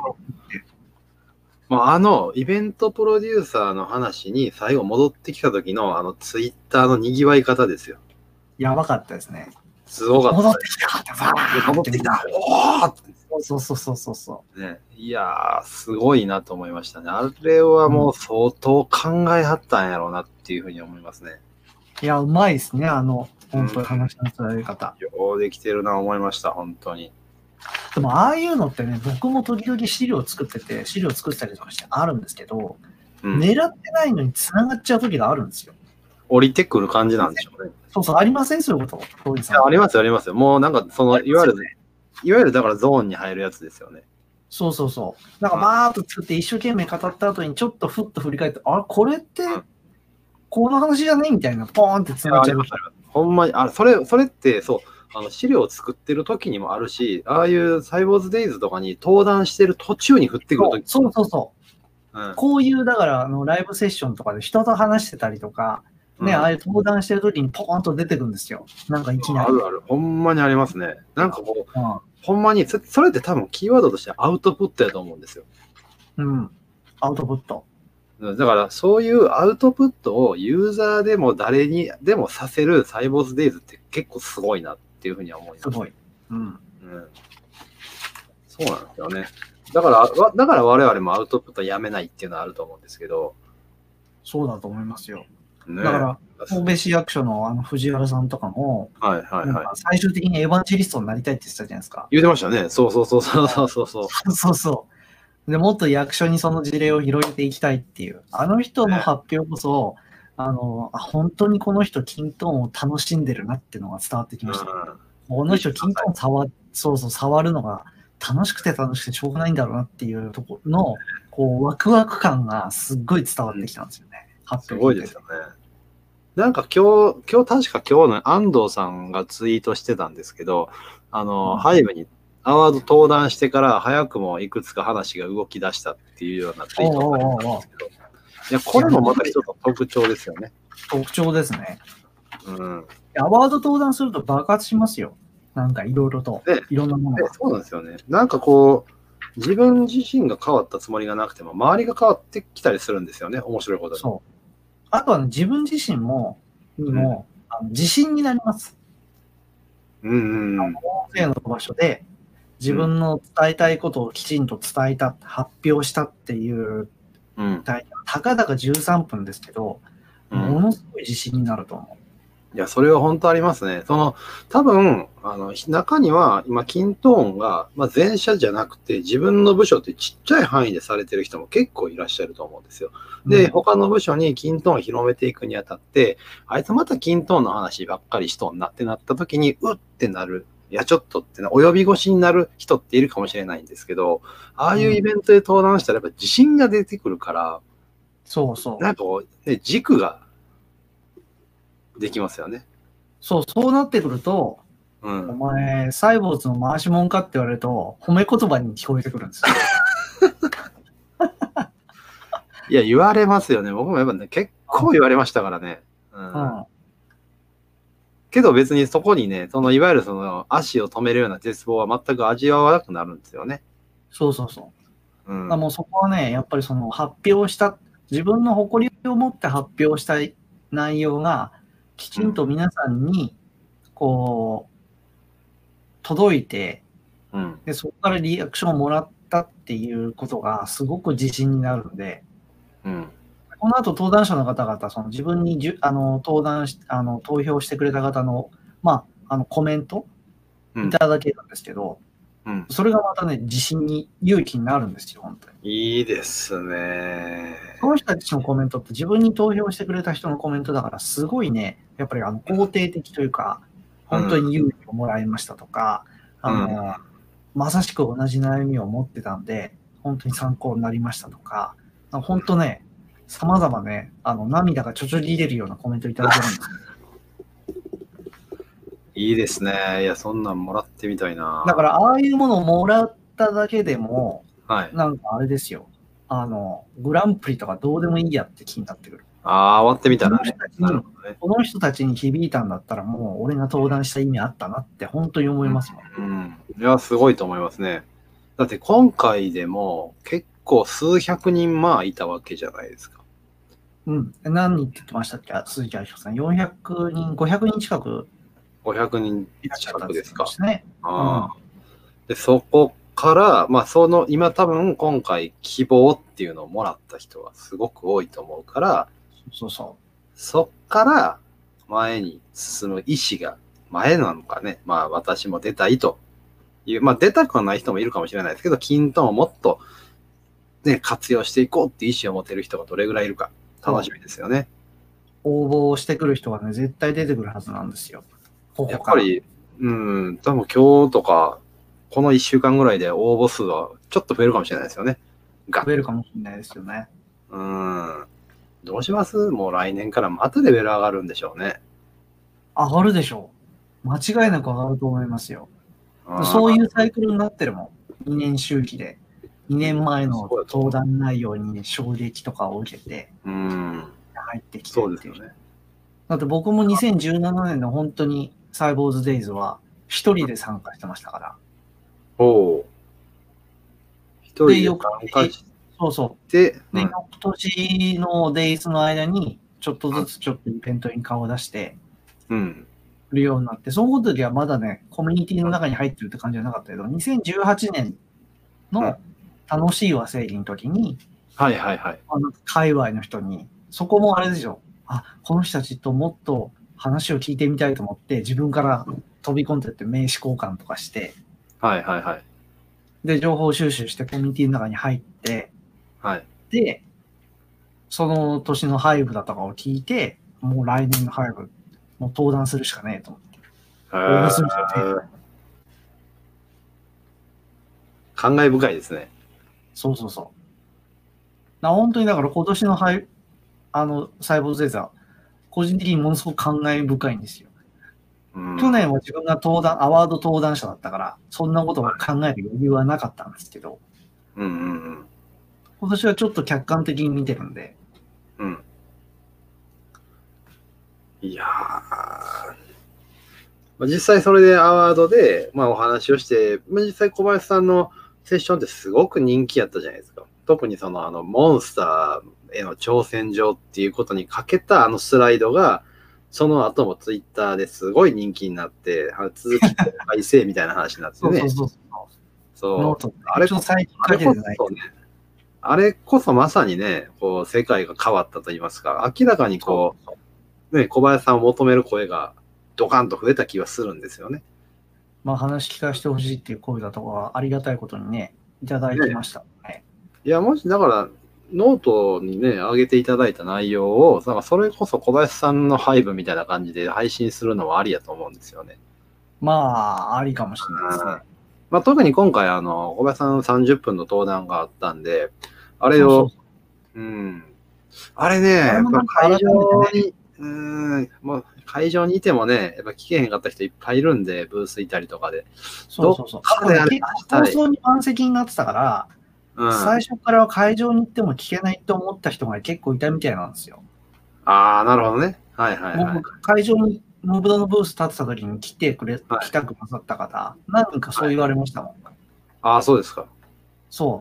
イベントプロデューサーの話に最後戻ってきた時のツイッターの賑わい方ですよ。 やばかったですね。 すごかった。 戻ってきた戻ってきたおーそう。 ね、いやー、すごいなと思いましたね。あれはもう相当考えはったんやろうなっていうふうに思いますね。 いや、うまいですね、本当に話の伝え方。 ようできてるな思いました、本当に。 でも、ああいうのってね、僕も時々資料作ったりとかしてあるんですけど、狙ってないのに繋がっちゃう時があるんですよ。 降りてくる感じなんでしょうね。 ありませんそういうこと。 ありますよ。もうなんか、いわゆるだからゾーンに入るやつですよね。 そうそうそう。なんかバーっと作って一生懸命語った後にちょっとふっと振り返って、あれ、これって、この話じゃねみたいな、ポーンって詰めちゃう。 ほんまに、それってそう、資料を作ってる時にもあるし、ああいうサイボーズデイズとかに登壇してる途中に降ってくる時そうそうそう。うん、こういう、だからライブセッションとかで人と話してたりとか、ね、ああいう登壇してる時にポーンと出てくるんですよ。なんかいきなり。 あるある。ほんまにありますね。なんかこう、ほんまに、それって多分キーワードとしてアウトプットやと思うんですよ。 うん。アウトプット。 だからそういうアウトプットをユーザーでも誰にでもさせるサイボーズデイズって結構すごいなっていうふうには思います。 すごい。うん。 そうなんですよね。だから我々もアウトプットやめないっていうのはあると思うんですけど。 そうだと思いますよ。ね、だから、神戸市役所の藤原さんとかも、 はいはいはい。 最終的にエヴァンジェリストになりたいって言ってたじゃないですか。 言ってましたね。そうそうそうそうそうそう。 そうそう。で、もっと役所にその事例を広げていきたいっていう。あの人の発表こそ、本当にこの人、キントーンを楽しんでるなっていうのが伝わってきました。この人、キントーン触るのが楽しくてしょうがないんだろうなっていうところの、こう、ワクワク感がすっごい伝わってきたんですよね。 すごいですよね。なんか今日確か今日の安藤さんがツイートしてたんですけど、ハイブにアワード登壇してから早くもいくつか話が動き出したっていうようなツイートがあったんですけど、いや、これもまた一つの特徴ですよね。 特徴ですね。うん。アワード登壇すると爆発しますよ。なんかいろいろと。いろんなものが。 そうなんですよね。なんかこう、自分自身が変わったつもりがなくても、周りが変わってきたりするんですよね。面白いことに。 そう。あとは、自分自身も、自信になります。大勢の場所で、自分の伝えたいことをきちんと伝えた、発表したっていう、たかだか13分ですけど、ものすごい自信になると思う。 いや、それは本当ありますね。多分、中には、今、キントーンが、全社じゃなくて、自分の部署ってちっちゃい範囲でされてる人も結構いらっしゃると思うんですよ。で、他の部署にキントーンを広めていくにあたって、あいつまたキントーンの話ばっかりしとんなってなった時に、うってなる。いや、ちょっとってお呼び越しになる人っているかもしれないんですけど、ああいうイベントで登壇したらやっぱ自信が出てくるから、 そうそう。 なんかこう、ね、軸が、できますよね。 そうなってくると、お前、サイボーズの回しもんかって言われると、褒め言葉に聞こえてくるんですよ。 いや、言われますよね。僕もやっぱね、結構言われましたからね。けど別にそこにね、いわゆる足を止めるような絶望は全く味わわなくなるんですよね。 そう。もうそこはね、やっぱり発表した、自分の誇りを持って発表したい内容が、きちんと皆さんに、こう、届いて、で、そこからリアクションをもらったっていうことがすごく自信になるんで、この後登壇者の方々、自分に登壇し、投票してくれた方の、コメントいただけるんですけど、それがまたね、自信に、勇気になるんですよ、本当に。 いいですね。 その人たちのコメントって自分に投票してくれた人のコメントだから、すごいね、やっぱり肯定的というか、本当に勇気をもらいましたとか、まさしく同じ悩みを持ってたんで、本当に参考になりましたとか、本当ね、様々ね、涙がちょちょぎ出るようなコメントいただけるんです。 いいですね。いや、そんなんもらってみたいな。 だから、ああいうものをもらっただけでも、 なんかあれですよ。グランプリとかどうでもいいやって気になってくる。 終わってみたらね。 この人たちに響いたんだったら、もう俺が登壇した意味あったなって本当に思いますもん。 いや、すごいと思いますね。だって今回でも結構数百人いたわけじゃないですか。 何人って言ってましたっけ、鈴木愛さん。400人、500人近く。 500人近くですか。 ね。 で、そこから、今多分今回希望っていうのをもらった人がすごく多いと思うから、そっから前に進む意思が前なのかね。私も出たいという、出たくはない人もいるかもしれないですけど、キントンをもっとね、活用していこうっていう意思を持てる人がどれぐらいいるか楽しみですよね。 応募してくる人がね、絶対出てくるはずなんですよ。 やっぱり、多分今日とかこの1週間ぐらいで応募数はちょっと増えるかもしれないですよね。 増えるかもしれないですよね。 どうします？もう来年からまたレベル上がるんでしょうね。 上がるでしょう。間違いなく上がると思いますよ。そういうサイクルになってるもん。2年周期で。2年前の登壇内容に、ね、衝撃とかを受けて、入ってきてそうですよね。 だって僕も2017年の本当にサイボーズデイズは一人で参加してましたから。 おお。一人で参加して、 そうそう。で、翌年のデイズの間に、ちょっとずつちょっとイベントに顔を出して、るようになって、その時はまだね、コミュニティの中に入ってるって感じじゃなかったけど、2018年の楽しいは正義の時に、界隈の人に、そこもあれですよ。この人たちともっと話を聞いてみたいと思って、自分から飛び込んでって名刺交換とかして、で、情報収集してコミュニティの中に入って、で、その年のハイブだとかを聞いて、もう来年のハイブ、もう登壇するしかねえと思って。応募するしかねえ。 感慨深いですね。 そうそうそう。本当にだから今年のサイボーズデイズは、個人的にものすごく感慨深いんですよ。去年は自分がアワード登壇者だったから、そんなことを考える余裕はなかったんですけど、今年はちょっと客観的に見てるんで。 いやー、実際それでアワードで、お話をして、実際小林さんのセッションってすごく人気やったじゃないですか。特にそのモンスターへの挑戦状っていうことにかけたスライドが、その後もツイッターですごい人気になって、続き改正みたいな話になってね。あれこそまさにね、こう世界が変わったと言いますか、明らかにこう、ね、小林さんを求める声がドカンと増えた気はするんですよね。 話聞かせてほしいっていう声だとか、ありがたいことにね、いただいてましたね。 いや、もしだから、ノートにね、上げていただいた内容を、それこそ小林さんの配分みたいな感じで配信するのはありやと思うんですよね。 ありかもしれないですね。 特に今回、小林さんの30分の登壇があったんで、あれを、あれね、会場にいてもね、やっぱ聞けへんかった人いっぱいいるんで、ブースいたりとかで。 放送に満席になってたから、最初からは会場に行っても聞けないと思った人が結構いたみたいなんですよ。 なるほどね。 僕、会場にノブドのブース立ってた時に来たくなさった方、何人かそう言われましたもん。そうですか。 そう。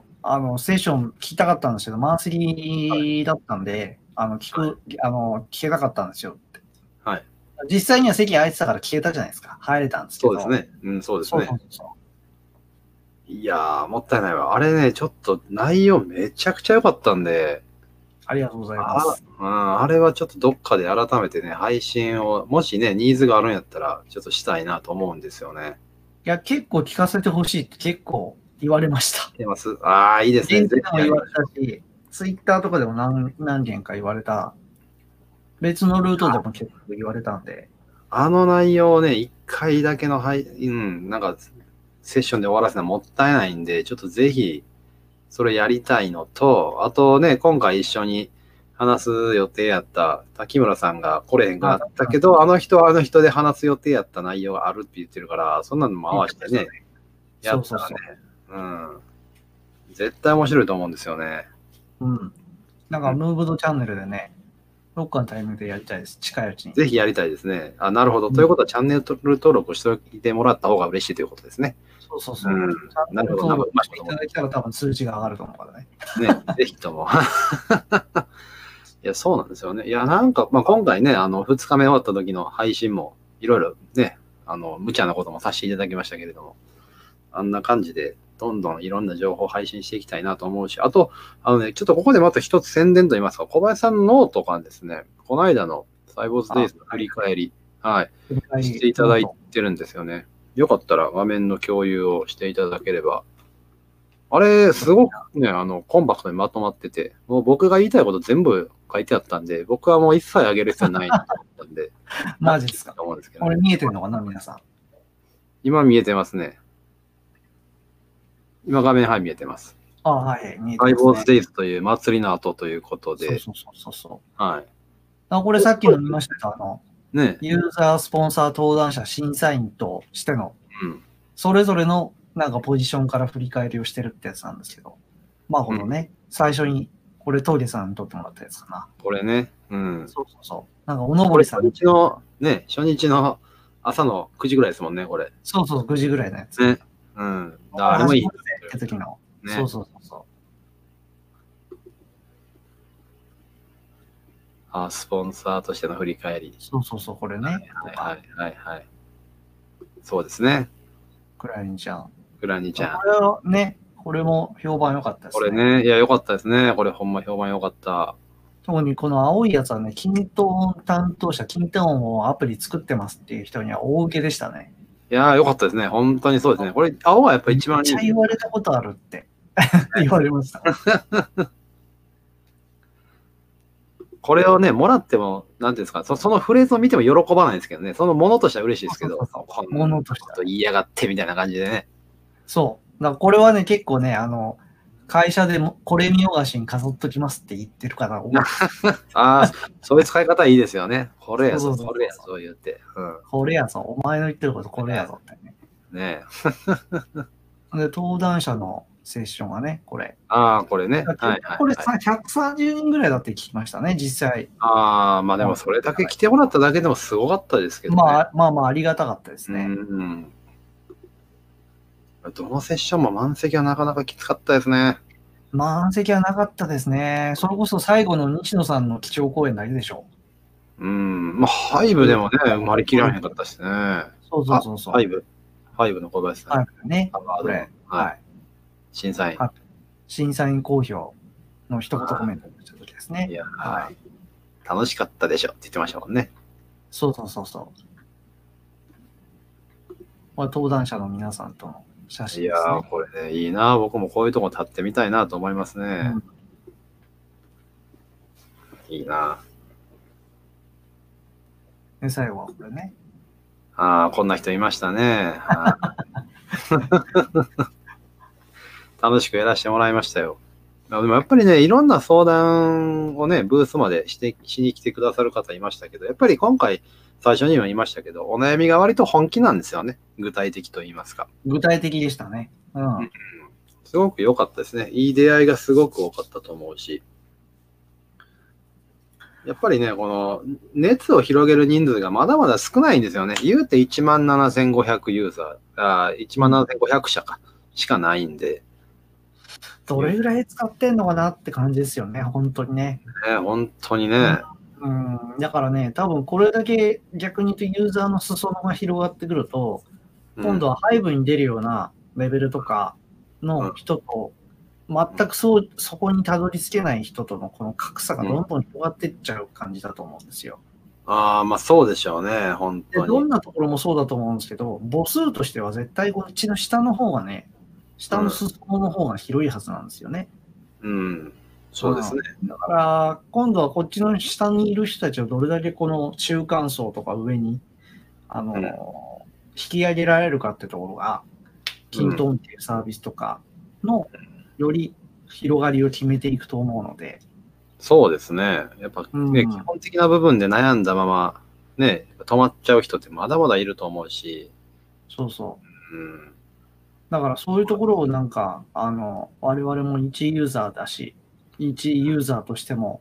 セッション聞きたかったんですけど、満席だったんで、聞けなかったんですよって。実際には席空いてたから聞けたじゃないですか。入れたんですけど。 そうですね。そうですね。いやー、もったいないわ。あれね、ちょっと内容めちゃくちゃ良かったんで。 ありがとうございます。 あれはちょっとどっかで改めてね、配信を、もしね、ニーズがあるんやったら、ちょっとしたいなと思うんですよね。 いや、結構聞かせてほしいって結構言われました。 いいですね。 全然も言われたし、ツイッターとかでも何件か言われた。別のルートでも結構言われたんで。 あの内容をね、一回だけのなんか、セッションで終わらせるのはもったいないんで、ちょっとぜひ、それやりたいのと、あとね、今回一緒に話す予定やった滝村さんが来れへんかったけど、あの人はあの人で話す予定やった内容があるって言ってるから、そんなのも合わせてね、やったらね、絶対面白いと思うんですよね。 なんか、ムーブドチャンネルでね、どっかのタイミングでやりたいです。近いうちに。 ぜひやりたいですね。なるほど。ということは、チャンネル登録しておいてもらった方が嬉しいということですね。 そう。チャンネル登録していただいたら多分通知が上がると思うからね。 ぜひとも。いや、そうなんですよね。いや、なんか、今回ね、2日目終わった時の配信も、いろいろね、無茶なこともさせていただきましたけれども、あんな感じで、どんどんいろんな情報を配信していきたいなと思うし、あと、ちょっとここでまた一つ宣伝といいますか、小林さんのノートがですね、この間のサイボーズデイズの振り返り、していただいてるんですよね。よかったら画面の共有をしていただければ。あれ、すごくね、コンパクトにまとまってて、もう僕が言いたいこと全部書いてあったんで、僕はもう一切あげる必要ないと思ったんで。 マジですか。これ見えてるのかな、皆さん。 今見えてますね。 今画面、はい、見えてます。 あ、はい、見えてハイますね。 ボーズデイズという祭りの後ということで。 そうそうそうそう。 はい。 これさっきの見ましたか、 ね。 ユーザー、スポンサー、登壇者、審査員としての、 うん。 それぞれのなんかポジションから振り返りをしてるってやつなんですけど、まあこのね、最初に、これトイレさんに撮ってもらったやつかな。 これね。うん。 そうそうそう。なんかおのぼこれりさん。 初日の、ね、初日の朝の9時ぐらいですもんね、これ。 そうそう、9時ぐらいのやつ。 ね。うん。誰もいい。 って時の。 ね。 そうそうそうそう。 スポンサーとしての振り返り。 そうそうそう、これね。 はい。そうですね。 クラインちゃん。 クラニちゃん。 これはね、これも評判良かったですね。 これね、いや、良かったですね。これほんま評判良かった。 特にこの青いやつはね、キントーン担当者、キントーンをアプリ作ってますっていう人には大受けでしたね。 いや、良かったですね。本当にそうですね。これ、青はやっぱ一番いい。 めっちゃ言われたことあるって言われました。 これをね、もらっても、なんていうんですか、そのフレーズを見ても喜ばないですけどね、そのものとしては嬉しいですけど、 ものとしては。 言いやがってみたいな感じでね。 そう。だからこれはね、結構ね、会社でもこれ見よがしに飾っときますって言ってる方多い。 そういう使い方いいですよね。これやぞ、 そうこれやぞ、言って。 これやぞ、お前の言ってることこれやぞってね。 ねで、登壇者のセッションがね、これ。 これね。 これ130人ぐらいだって聞きましたね、実際。 まあでもそれだけ来てもらっただけでもすごかったですけどね。 まあ、ありがたかったですね。 どのセッションも満席はなかなかきつかったですね。 満席はなかったですね。それこそ最後の西野さんの基調講演だけでしょ。 まあ、ハイブでもね、埋まりきらへんかったしね。 そうそうそうそう。 ハイブの小林さん。 ハイブね。これ。はい。 審査員。 審査員公表の一言コメントをした時ですね。 いや、楽しかったでしょって言ってましたもんね。 そうそうそうそう。これ登壇者の皆さんとの写真ですね。 いやー、これね、いいな。僕もこういうとこ立ってみたいなと思いますね。いいな。 で、最後はこれね。 こんな人いましたね。楽しくやらせてもらいましたよ。でもやっぱりね、いろんな相談をね、ブースまでしに来てくださる方いましたけど、やっぱり今回、最初にも言いましたけど、お悩みが割と本気なんですよね。具体的と言いますか。 具体的でしたね。 すごく良かったですね。いい出会いがすごく多かったと思うし。やっぱりね、この熱を広げる人数がまだまだ少ないんですよね。言うて17,500ユーザー、17,500社しかないんで。 どれぐらい使ってんのかなって感じですよね、本当にね。 本当にね。 だからね、多分これだけ逆に言うとユーザーの裾野が広がってくると、今度はハイブに出るようなレベルとかの人と、全くそこにたどり着けない人とのこの格差がどんどん広がっていっちゃう感じだと思うんですよ。 まあそうでしょうね、本当に。 どんなところもそうだと思うんですけど、母数としては絶対こっちの下の方がね、下の裾野の方が広いはずなんですよね。 そうですね。 だから、今度はこっちの下にいる人たちをどれだけこの中間層とか上に、引き上げられるかってところが、キントーンっていうサービスとかのより広がりを決めていくと思うので。 そうですね。やっぱね、基本的な部分で悩んだまま、ね、止まっちゃう人ってまだまだいると思うし。 そうそう。だからそういうところをなんか、我々も一ユーザーだし、一ユーザーとしても、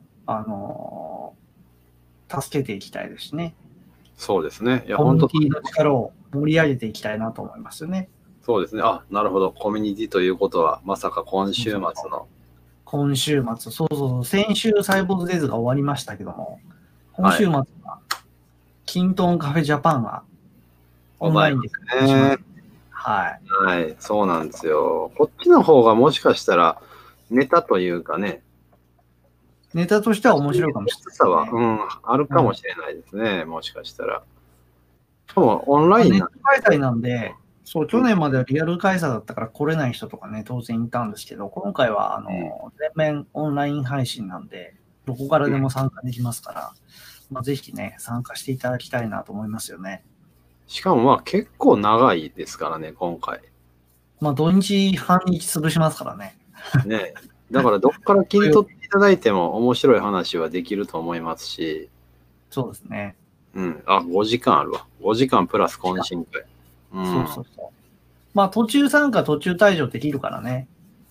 助けていきたいですね。 そうですね。いや、 コミュニティの力を盛り上げていきたいなと思いますよね。 そうですね。なるほど。コミュニティということは、まさか今週末の。 今週末、そう。先週サイボーズデイズが終わりましたけども、今週末は、キントーンカフェジャパンがオンラインで開催します。はい、 そうなんですよ。こっちの方がもしかしたら、ネタというかね。 ネタとしては面白いかもしれない、 ね。あるかもしれないですね。もしかしたら。しかもオンラインネット開催なんで、そう、去年まではリアル開催だったから来れない人とかね、当然いたんですけど、今回は全面オンライン配信なんで、どこからでも参加できますから、ぜひね、参加していただきたいなと思いますよね。 しかも結構長いですからね、今回。 まあ土日半日潰しますからね。 ね。だからどっから切り取っていただいても面白い話はできると思いますし。 そうですね。 うん。あ、5時間あるわ。5時間プラス懇親会。 うん、そうそうそう。まあ途中参加、途中退場できるからね。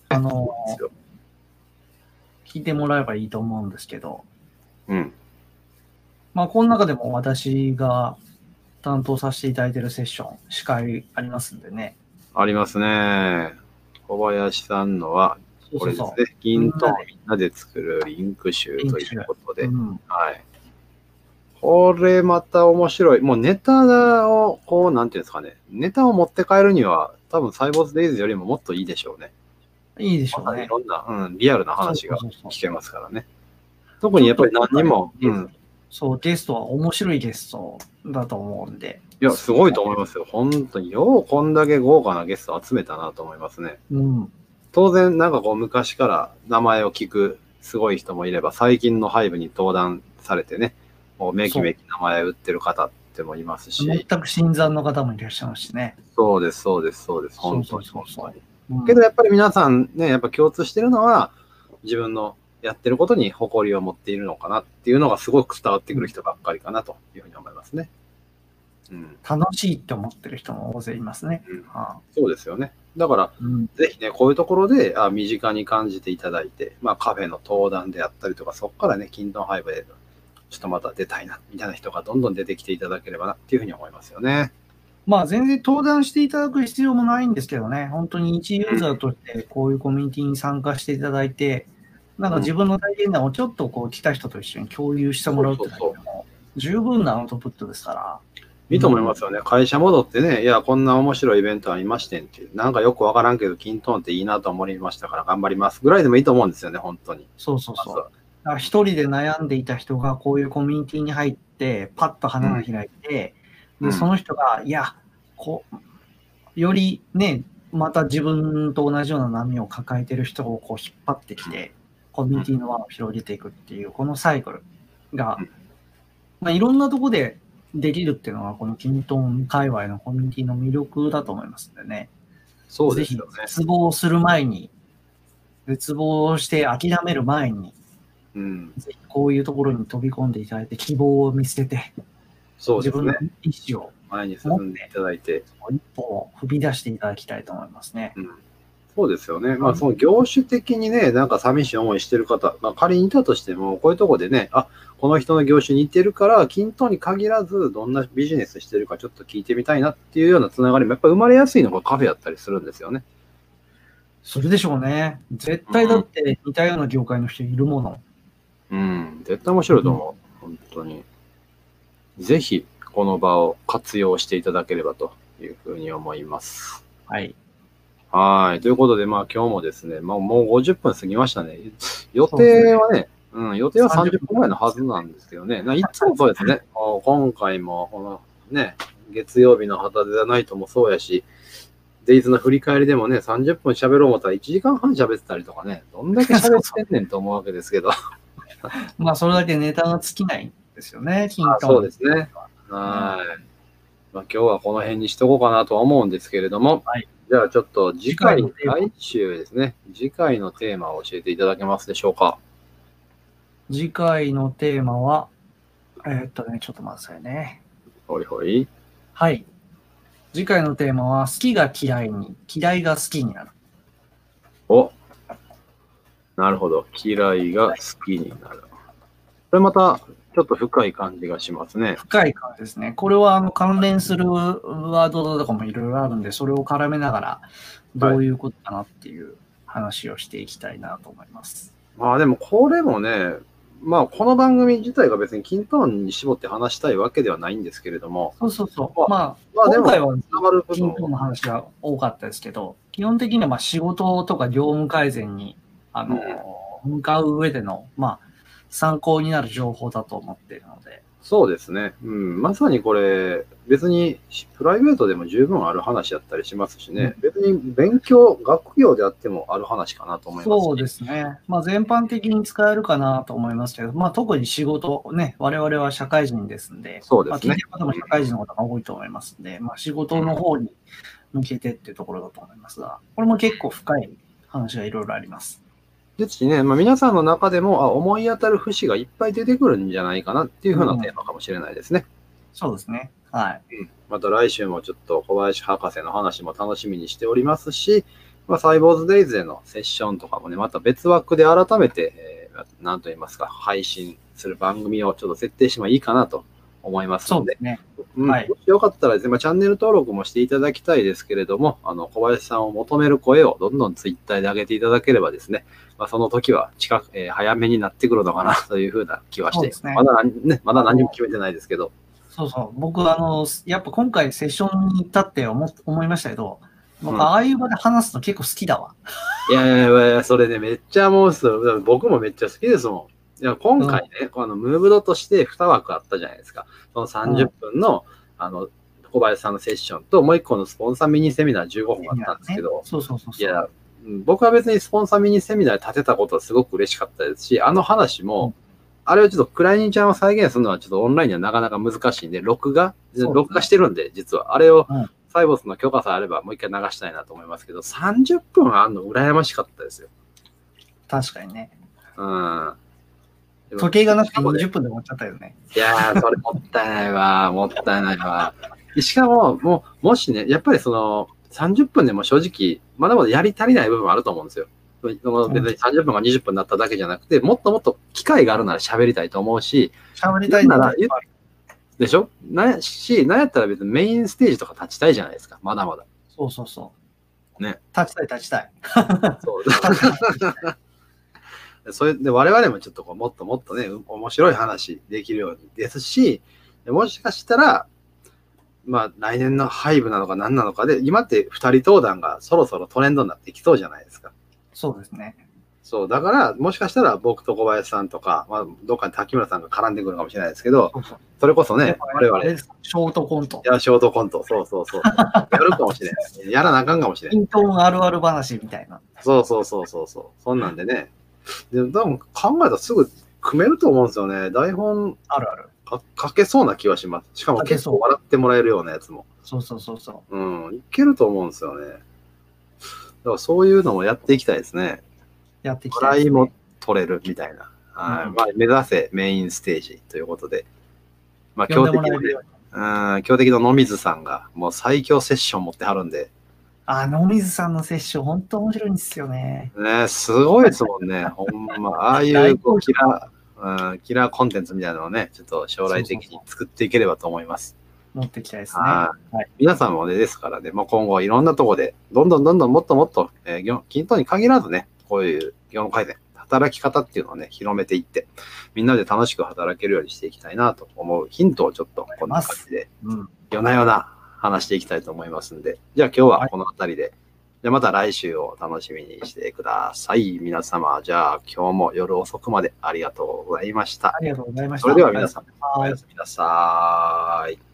聞いてもらえばいいと思うんですけど。 うん。 まあこの中でも私が担当させていただいているセッション、司会ありますんでね。 ありますね。小林さんのは、これですね。キントンをみんなで作るリンク集ということで。はい。これまた面白い。もうネタを、こう、なんていうんですかね。ネタを持って帰るには、多分サイボーズデイズよりももっといいでしょうね。 いいでしょうね。 いろんな、リアルな話が聞けますからね。特にやっぱり何人も、 そう、ゲストは面白いゲストだと思うんで。 いや、すごいと思いますよ。本当に。ようこんだけ豪華なゲスト集めたなと思いますね。 うん。 当然、なんかこう、昔から名前を聞くすごい人もいれば、最近のハイブに登壇されてね、もうめきめき名前売ってる方ってもいますし。 全く新参の方もいらっしゃいますしね。 そうです、そうです、そうです。本当に。 そう。 けどやっぱり皆さんね、やっぱ共通してるのは、自分のやってることに誇りを持っているのかなっていうのがすごく伝わってくる人ばっかりかなというふうに思いますね。 うん、楽しいって思ってる人も大勢いますね。 そうですよね。だから、ぜひね、こういうところで身近に感じていただいて、まあカフェの登壇であったりとか、そこからね、キントンハイブでちょっとまた出たいな、みたいな人がどんどん出てきていただければなっていうふうに思いますよね。 まあ全然登壇していただく必要もないんですけどね、本当に一ユーザーとしてこういうコミュニティに参加していただいて、なんか自分の体験談をちょっとこう来た人と一緒に共有してもらうっていうのも十分なアウトプットですから。 いいと思いますよね。会社戻ってね、いや、こんな面白いイベントありましてんっていう、なんかよくわからんけど、キントンっていいなと思いましたから頑張りますぐらいでもいいと思うんですよね、本当に。 そうそうそう。一人で悩んでいた人がこういうコミュニティに入って、パッと花が開いて、でその人が、いや、よりね、また自分と同じような波を抱えている人をこう引っ張ってきて、コミュニティの輪を広げていくっていう、このサイクルが、まあ、いろんなとこでできるっていうのは、このキントン界隈のコミュニティの魅力だと思いますんでね。 そうですよね。 ぜひ、絶望する前に、絶望して諦める前に、ぜひこういうところに飛び込んでいただいて、希望を見つけて、 そうですね、 自分の意思を前に進んでいただいて、 一歩を踏み出していただきたいと思いますね。 そうですよね。まあ、その業種的にね、なんか寂しい思いしてる方、まあ、仮にいたとしても、こういうとこでね、この人の業種に似てるから、均等に限らず、どんなビジネスしてるかちょっと聞いてみたいなっていうようなつながりも、やっぱり生まれやすいのがカフェやったりするんですよね。 それでしょうね。絶対だって似たような業界の人いるもの。 絶対面白いと思う。本当に。ぜひ、この場を活用していただければというふうに思います。 はい。 はい。ということで、まあ今日もですね、もう50分過ぎましたね。予定はね、予定は30分ぐらいのはずなんですけどね。いつもそうですね。今回も、このね、月曜日の旗でナイトもそうやし、デイズの振り返りでもね、30分喋ろう思ったら1時間半喋ってたりとかね、どんだけ喋ってんねんと思うわけですけど。 まあそれだけネタが尽きないんですよね、キントン。 そうですね。はい。まあ今日はこの辺にしとこうかなとは思うんですけれども、 はい。 じゃあちょっと次回、来週ですね。次回のテーマを教えていただけますでしょうか。 次回のテーマは、ちょっと待ってくださいね。 ほいほい。 はい。次回のテーマは、好きが嫌いに、嫌いが好きになる。 お、なるほど。嫌いが好きになる。これまた、ちょっと深い感じがしますね。 深い感じですね。これは関連するワードとかもいろいろあるんで、それを絡めながら、どういうことかなっていう話をしていきたいなと思います。 まあでもこれもね、まあこの番組自体が別にキントーンに絞って話したいわけではないんですけれども。 そうそうそう。まあでも今回はキントーンの話が多かったですけど、基本的にはまあ仕事とか業務改善に向かう上での、まあ、参考になる情報だと思っているので。 そうですね。まさにこれ、別にプライベートでも十分ある話だったりしますしね。別に勉強、学業であってもある話かなと思います、 そうですね。まあ全般的に使えるかなと思いますけど、まあ特に仕事、ね、我々は社会人ですんで、 そうですね。 まあ聞いてる方も社会人の方が多いと思いますんで、まあ仕事の方に向けてっていうところだと思いますが、これも結構深い話がいろいろあります。 ですしね、皆さんの中でも思い当たる節がいっぱい出てくるんじゃないかなっていう風なテーマかもしれないですね。 そうですね。はい。 また来週もちょっと小林博士の話も楽しみにしておりますし、サイボーズデイズでのセッションとかもね、また別枠で改めて、なんと言いますか、配信する番組をちょっと設定してもいいかなと思いますので、 そうですね。 はい、もしよかったらですね、チャンネル登録もしていただきたいですけれども、小林さんを求める声をどんどんツイッターで上げていただければですね、その時は早めになってくるのかなというふうな気はして、ね、まだ何も決めてないですけど。 そうそう。僕、やっぱ今回セッションに立って思いましたけど、僕、ああいう場で話すの結構好きだわ。 いやいや、それね、めっちゃもう、僕もめっちゃ好きですもん。いや今回ね、ムーブドとして2枠あったじゃないですか。その30分の、小林さんのセッションと、もう1個のスポンサーミニセミナー15分あったんですけど、いや、僕は別にスポンサーミニセミナー立てたことはすごく嬉しかったですし、話も、あれをちょっとクライニンちゃんを再現するのはちょっとオンラインにはなかなか難しいんで、録画してるんで、実は。あれを、サイボスの許可さえあればもう一回流したいなと思いますけど、30分あんの羨ましかったですよ。 確かにね。 うん。 時計がなくて20分で終わっちゃったよね。 いやー、それもったいないわ。もったいないわ。しかも、もしね、やっぱりその、30分でも正直、まだまだやり足りない部分あると思うんですよ。別に30分が20分になっただけじゃなくて、もっともっと機会があるなら喋りたいと思うし、 喋りたいなら、 でしょなんやったら別にメインステージとか立ちたいじゃないですか、まだまだ。 そうそうそう。 ね。 立ちたい。 そう。それで我々もちょっともっともっとね、面白い話できるようにですし、もしかしたら、来年のハイブなのか何なのかで、今って2人登壇がそろそろトレンドになってきそうじゃないですか。 そうですね。 そう、だから、もしかしたら僕と小林さんとか、どっかに滝村さんが絡んでくるかもしれないですけど、それこそね、我々。 ショートコント。 いや、ショートコント。そう。やるかもしれない。やらなあかんかもしれない。 イントーンあるある話みたいな。 そう。そんなんでね。でも多分考えたらすぐ組めると思うんですよね。台本あるある。 書けそうな気はします。しかも結構笑ってもらえるようなやつも。 そう。 いけると思うんですよね。だからそういうのもやっていきたいですね。 やっていきたいですね。笑いも取れるみたいな。目指せメインステージということで。強敵の野水さんがもう最強セッション持ってはるんで。 野水さんのセッション、本当面白いんですよね。 ね、すごいですもんね。ほんま、ああいうキラーコンテンツみたいなのをね、ちょっと将来的に作っていければと思います。 持っていきたいですね。はい、 皆さんもね、ですからね、今後いろんなところで、どんどんもっともっと、均等に限らずね、こういう業務改善、働き方っていうのをね、広めていって、みんなで楽しく働けるようにしていきたいなと思うヒントをちょっとこんな感じで、夜な夜な話していきたいと思いますんで、じゃあ今日はこの辺りで、じゃあまた来週を楽しみにしてください。皆様、じゃあ今日も夜遅くまでありがとうございました。 ありがとうございました。 それでは皆さん、おやすみなさい。